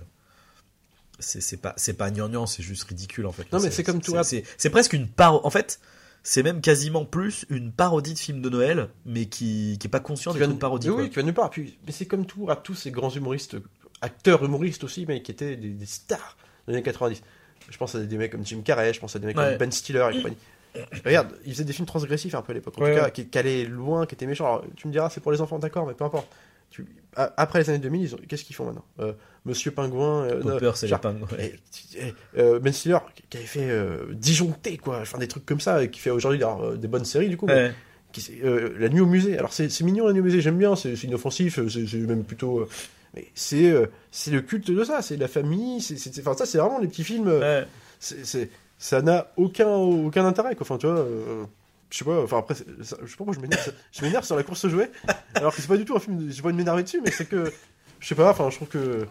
C'est c'est pas, c'est pas gnangnan, c'est juste ridicule, en fait. Non, Là, mais c'est comme tout c'est- rap. C'est c'est presque une part. En fait, c'est même quasiment plus une parodie de film de Noël, mais qui qui est pas conscient Qui d'être vient- une parodie. Oui, quoi. oui, qui vient de nulle part. Puis, mais c'est comme tout, à tous ces grands humoristes, acteurs humoristes aussi, mais qui étaient des, des stars des années quatre-vingt-dix. Je pense à des mecs comme Jim Carrey, je pense à des mecs Ouais. comme Ben Stiller et compagnie. Regarde, ils faisaient des films transgressifs un peu à l'époque, en Ouais, tout cas, ouais. qui, qui allaient loin, qui étaient méchants. Alors, tu me diras, c'est pour les enfants, d'accord, mais peu importe. Tu- a- Après les années deux mille, ils ont- qu'est-ce qu'ils font maintenant euh, Monsieur Pingouin, euh, Popper, non, c'est les genre, pingouins. eh, eh, euh, Ben Stiller, qui- qui avait fait euh, Disjoncté, quoi, enfin des trucs comme ça, et qui fait aujourd'hui alors, euh, des bonnes séries, du coup. mais- Ouais. qui, c'est, euh, La nuit au musée. Alors c'est c'est mignon la nuit au musée, j'aime bien, c'est c'est inoffensif, euh, c'est c'est même plutôt. euh, mais c'est euh, c'est le culte de ça, c'est la famille, c'est c'est- enfin ça c'est vraiment les petits films. euh, Ouais. c'est c'est- ça n'a aucun aucun intérêt quoi. Enfin tu vois. euh, je sais pas, enfin après, c'est- ça- je sais pas pourquoi je m'énerve, je m'énerve sur la course aux jouets, alors que c'est pas du tout un film, de- j'ai pas envie de m'énerver dessus, mais c'est que, je sais pas, enfin je trouve que,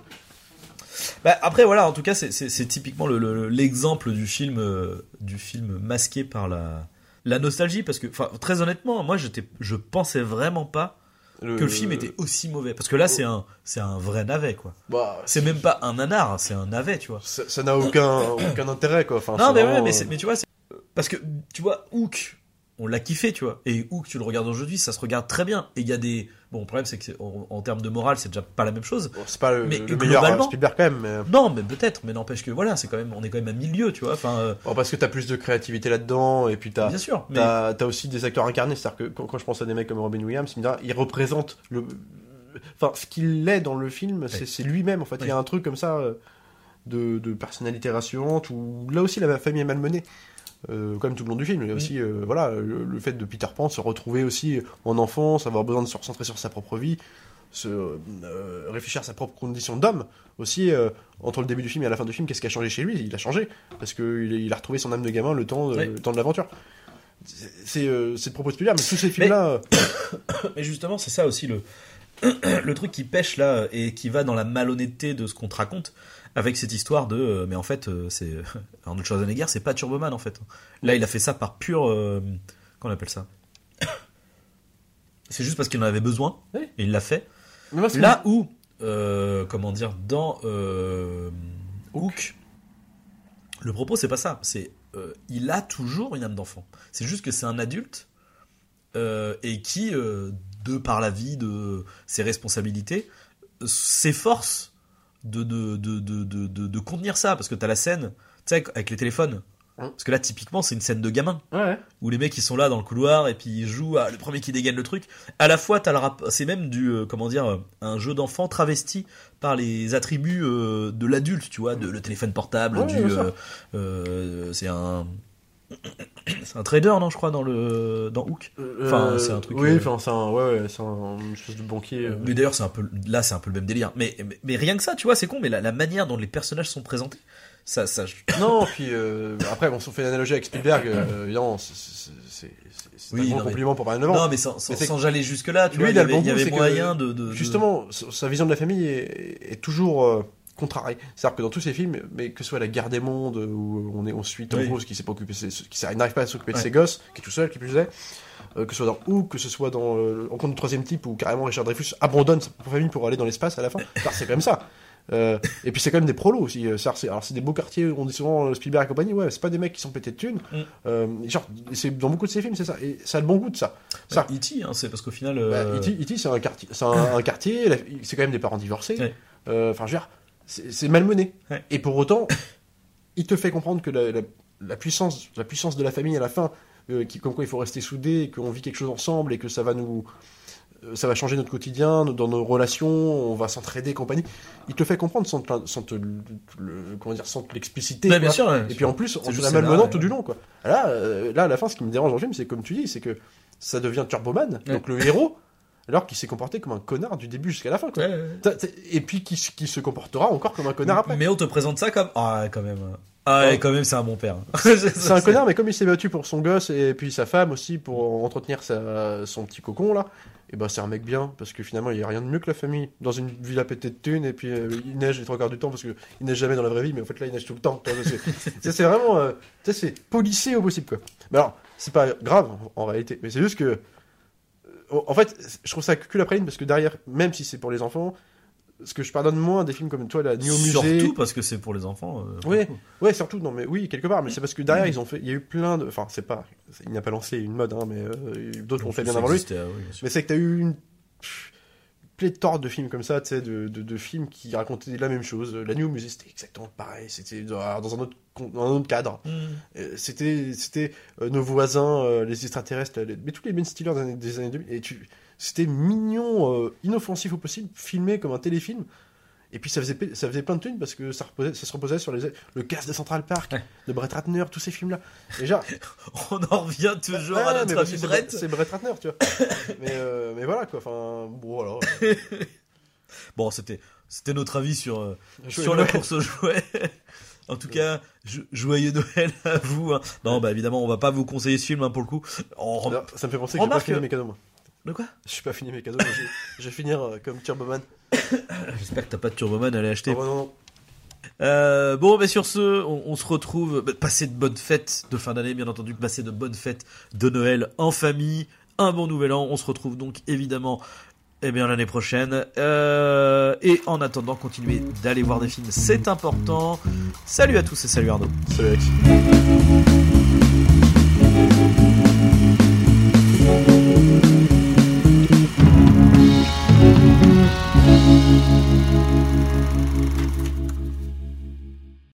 Bah, après voilà, en tout cas c'est, c'est, c'est typiquement le, le- l'exemple du film euh, du film masqué par la la nostalgie, parce que enfin très honnêtement moi j'étais je pensais vraiment pas que le film était aussi mauvais, parce que là c'est un c'est un vrai navet quoi. bah, C'est même pas un nanar, c'est un navet, tu vois. ça ça n'a aucun, aucun intérêt quoi. Enfin, Non c'est mais vraiment, ouais, mais, euh, c'est- mais tu vois c'est- parce que tu vois Hook, on l'a kiffé, tu vois, et Hook tu le regardes aujourd'hui, ça se regarde très bien, et il y a des bon le problème c'est que c'est- en, en termes de morale c'est déjà pas la même chose. bon, c'est pas le, mais le meilleur globalement- euh, Spielberg quand même, mais... Non mais peut-être, mais n'empêche que voilà c'est quand même on est quand même à milieu, tu vois, enfin euh, Bon, parce que t'as plus de créativité là-dedans, et puis t'as, bien sûr, mais t'as, t'as aussi des acteurs incarnés, c'est-à-dire que quand, quand je pense à des mecs comme Robin Williams, il me dit, il représente le, enfin, ce qu'il est dans le film, c'est, Ouais. c'est lui-même, en fait. Il y a un truc comme ça, euh, de, de personnalité rassurante, où là aussi la famille est malmenée. Euh, comme tout le long du film, il y a aussi euh, voilà, le, le fait de Peter Pan de se retrouver aussi en enfance, avoir besoin de se recentrer sur sa propre vie, se euh, réfléchir à sa propre condition d'homme aussi, euh, entre le début du film et à la fin du film, qu'est-ce qui a changé chez lui? Il a changé parce qu'il il a retrouvé son âme de gamin le temps, de- Ouais. le temps de l'aventure. C'est, c'est, euh, c'est le propos de Spielberg, mais tous ces films-là, euh, mais justement c'est ça aussi le le truc qui pêche là et qui va dans la malhonnêteté de ce qu'on te raconte avec cette histoire de euh, mais en fait euh, c'est Arnold Schwarzenegger, c'est pas Turboman en fait. Là il a fait ça par pure euh, qu'on appelle ça. C'est juste parce qu'il en avait besoin Oui. et il l'a fait. mais moi, c'est- Là où euh, comment dire dans euh, Hook, le propos c'est pas ça, c'est euh, il a toujours une âme d'enfant. C'est juste que c'est un adulte euh, et qui euh, de par la vie, de ses responsabilités, euh, s'efforce de de, de, de, de, de, de contenir ça, parce que t'as la scène, tu sais, avec les téléphones. Hein. Parce que là, typiquement, c'est une scène de gamin ouais. où les mecs ils sont là dans le couloir et puis ils jouent à le premier qui dégaine le truc. À la fois, t'as le rap... c'est même du euh, comment dire, euh, un jeu d'enfant travesti par les attributs euh, de l'adulte, tu vois, de le téléphone portable, Ouais, du bien sûr. euh, euh, c'est un c'est un trader, non, je crois, dans le dans Hook. Enfin, c'est un truc, Oui, euh, enfin, c'est un, ouais, ouais, c'est un, une espèce de banquier. euh. Mais d'ailleurs, c'est un peu là, c'est un peu le même délire. Mais mais, mais rien que ça, tu vois, c'est con. Mais la, la manière dont les personnages sont présentés, ça, ça. je- Non, puis euh, après, bon, si on fait l'analogie avec Spielberg, euh, évidemment, c'est, c'est, c'est, c'est, c'est Oui, un gros non, mais- compliment pour Brian Levant. Non, mais sans, sans, Mais c'est- sans j'aller jusque là, tu Lui, vois, il il y a le avait, bon il y goût, avait c'est que, moyen de, de, de- Justement, sa sa vision de la famille est, est toujours euh, contrariée. C'est-à-dire que dans tous ses films, mais que ce soit La Guerre des Mondes, où on, est, on suit Tom Oui. Cruise qui s'est pas occupé, qui s'est- n'arrive pas à s'occuper Ouais. de ses gosses, qui est tout seul, qui plus est, euh, que ce soit dans Hook, que ce soit dans euh, Rencontre du troisième type, où carrément Richard Dreyfuss abandonne sa propre famille pour aller dans l'espace à la fin. Enfin, c'est quand même ça. Euh, et puis c'est quand même des prolos aussi. euh, c'est- Alors c'est des beaux quartiers, on dit souvent euh, Spielberg et compagnie, ouais, c'est pas des mecs qui sont pétés de thunes. Mm. Euh, genre, c'est, dans beaucoup de ses films, c'est ça. Et ça a le bon goût de ça. ça. E T, hein, c'est parce qu'au final. Bah, euh, E T, E T, c'est un quartier, c'est un, un quartier, la- c'est quand même des parents divorcés. Ouais. Euh, Enfin, je veux dire, c'est, c'est malmené. Ouais. Et pour autant, il te fait comprendre que la, la, la puissance, la puissance de la famille à la fin, euh, qui, comme quoi il faut rester soudés, et qu'on vit quelque chose ensemble et que ça va nous, euh, ça va changer notre quotidien, nos- dans nos relations, on va s'entraider, compagnie. Il te fait comprendre sans te, sans te, le, le- comment dire, sans te l'expliciter. Ouais, quoi. bien sûr. ouais. Et puis en plus, on juste se la scénar, malmenant ouais. tout du long, quoi. Là, euh, là, à la fin, ce qui me dérange dans le film, c'est comme tu dis, c'est que ça devient Turboman, Ouais. donc le héros, alors qu'il s'est comporté comme un connard du début jusqu'à la fin, quoi. Ouais, ouais. T'as- t'as- Et puis qui, qui se comportera encore comme un connard après. Mais on te présente ça comme. Ah, quand même. Ah, ouais, Ouais. quand même, c'est un bon père. C'est un connard, mais comme il s'est battu pour son gosse et puis sa femme aussi pour entretenir sa, son petit cocon là, et ben c'est un mec bien parce que finalement il y a rien de mieux que la famille dans une villa pétée de thunes et puis euh, il neige les trois quarts du temps parce que il neige jamais dans la vraie vie, mais en fait là il neige tout le temps. Tu vois, c'est, c'est, c'est vraiment, euh, tu sais, c'est policé au possible quoi. Mais alors c'est pas grave en, en réalité, mais c'est juste que euh, en fait je trouve ça cul la praline parce que derrière, même si c'est pour les enfants, ce que je pardonne moins des films comme toi, la Nuit au musée. Surtout parce que c'est pour les enfants. Euh, ouais, ouais, surtout, non, mais oui, quelque part, mais c'est parce que derrière, mmh. ils ont fait, il y a eu plein de, enfin, c'est pas, il n'a pas lancé une mode, hein, mais euh, d'autres l'ont fait bien avant lui. Oui, mais c'est que t'as eu une pff, pléthore de films comme ça, tu sais, de, de, de films qui racontaient la même chose. La Nuit au musée, c'était exactement pareil, c'était dans un autre, dans un autre cadre. Mmh. C'était, c'était euh, nos voisins, euh, les extraterrestres, les, mais tous les Ben Stiller des années, des années deux mille, et tu, c'était mignon, euh, inoffensif au possible, filmé comme un téléfilm. Et puis ça faisait, ça faisait plein de thunes parce que ça, reposait, ça se reposait sur les, le cast de Central Park, ouais. de Brett Ratner, tous ces films-là. Déjà, on en revient toujours ouais, à notre ami Brett. C'est Brett Ratner, tu vois. mais, euh, mais voilà, quoi. Enfin, bon, alors. Bon, c'était, c'était notre avis sur, euh, sur la course aux jouets. En tout cas, jo- joyeux Noël à vous. Hein. Non, bah évidemment, on va pas vous conseiller ce film hein, pour le coup. On... Alors, ça me fait penser que j'ai pas fini mes cadeaux, moi. De quoi ? Je suis pas fini mes cadeaux, mais je, je vais finir euh, comme Turboman. J'espère que t'as pas de Turboman à aller acheter. Oh, non, non. Euh, bon, bah sur ce, on, on se retrouve. Bah, passez de bonnes fêtes de fin d'année, bien entendu. Passez de bonnes fêtes de Noël en famille. Un bon nouvel an. On se retrouve donc évidemment. Eh bien l'année prochaine. Euh, et en attendant, continuez d'aller voir des films, c'est important. Salut à tous et salut Arnaud. Salut Alex.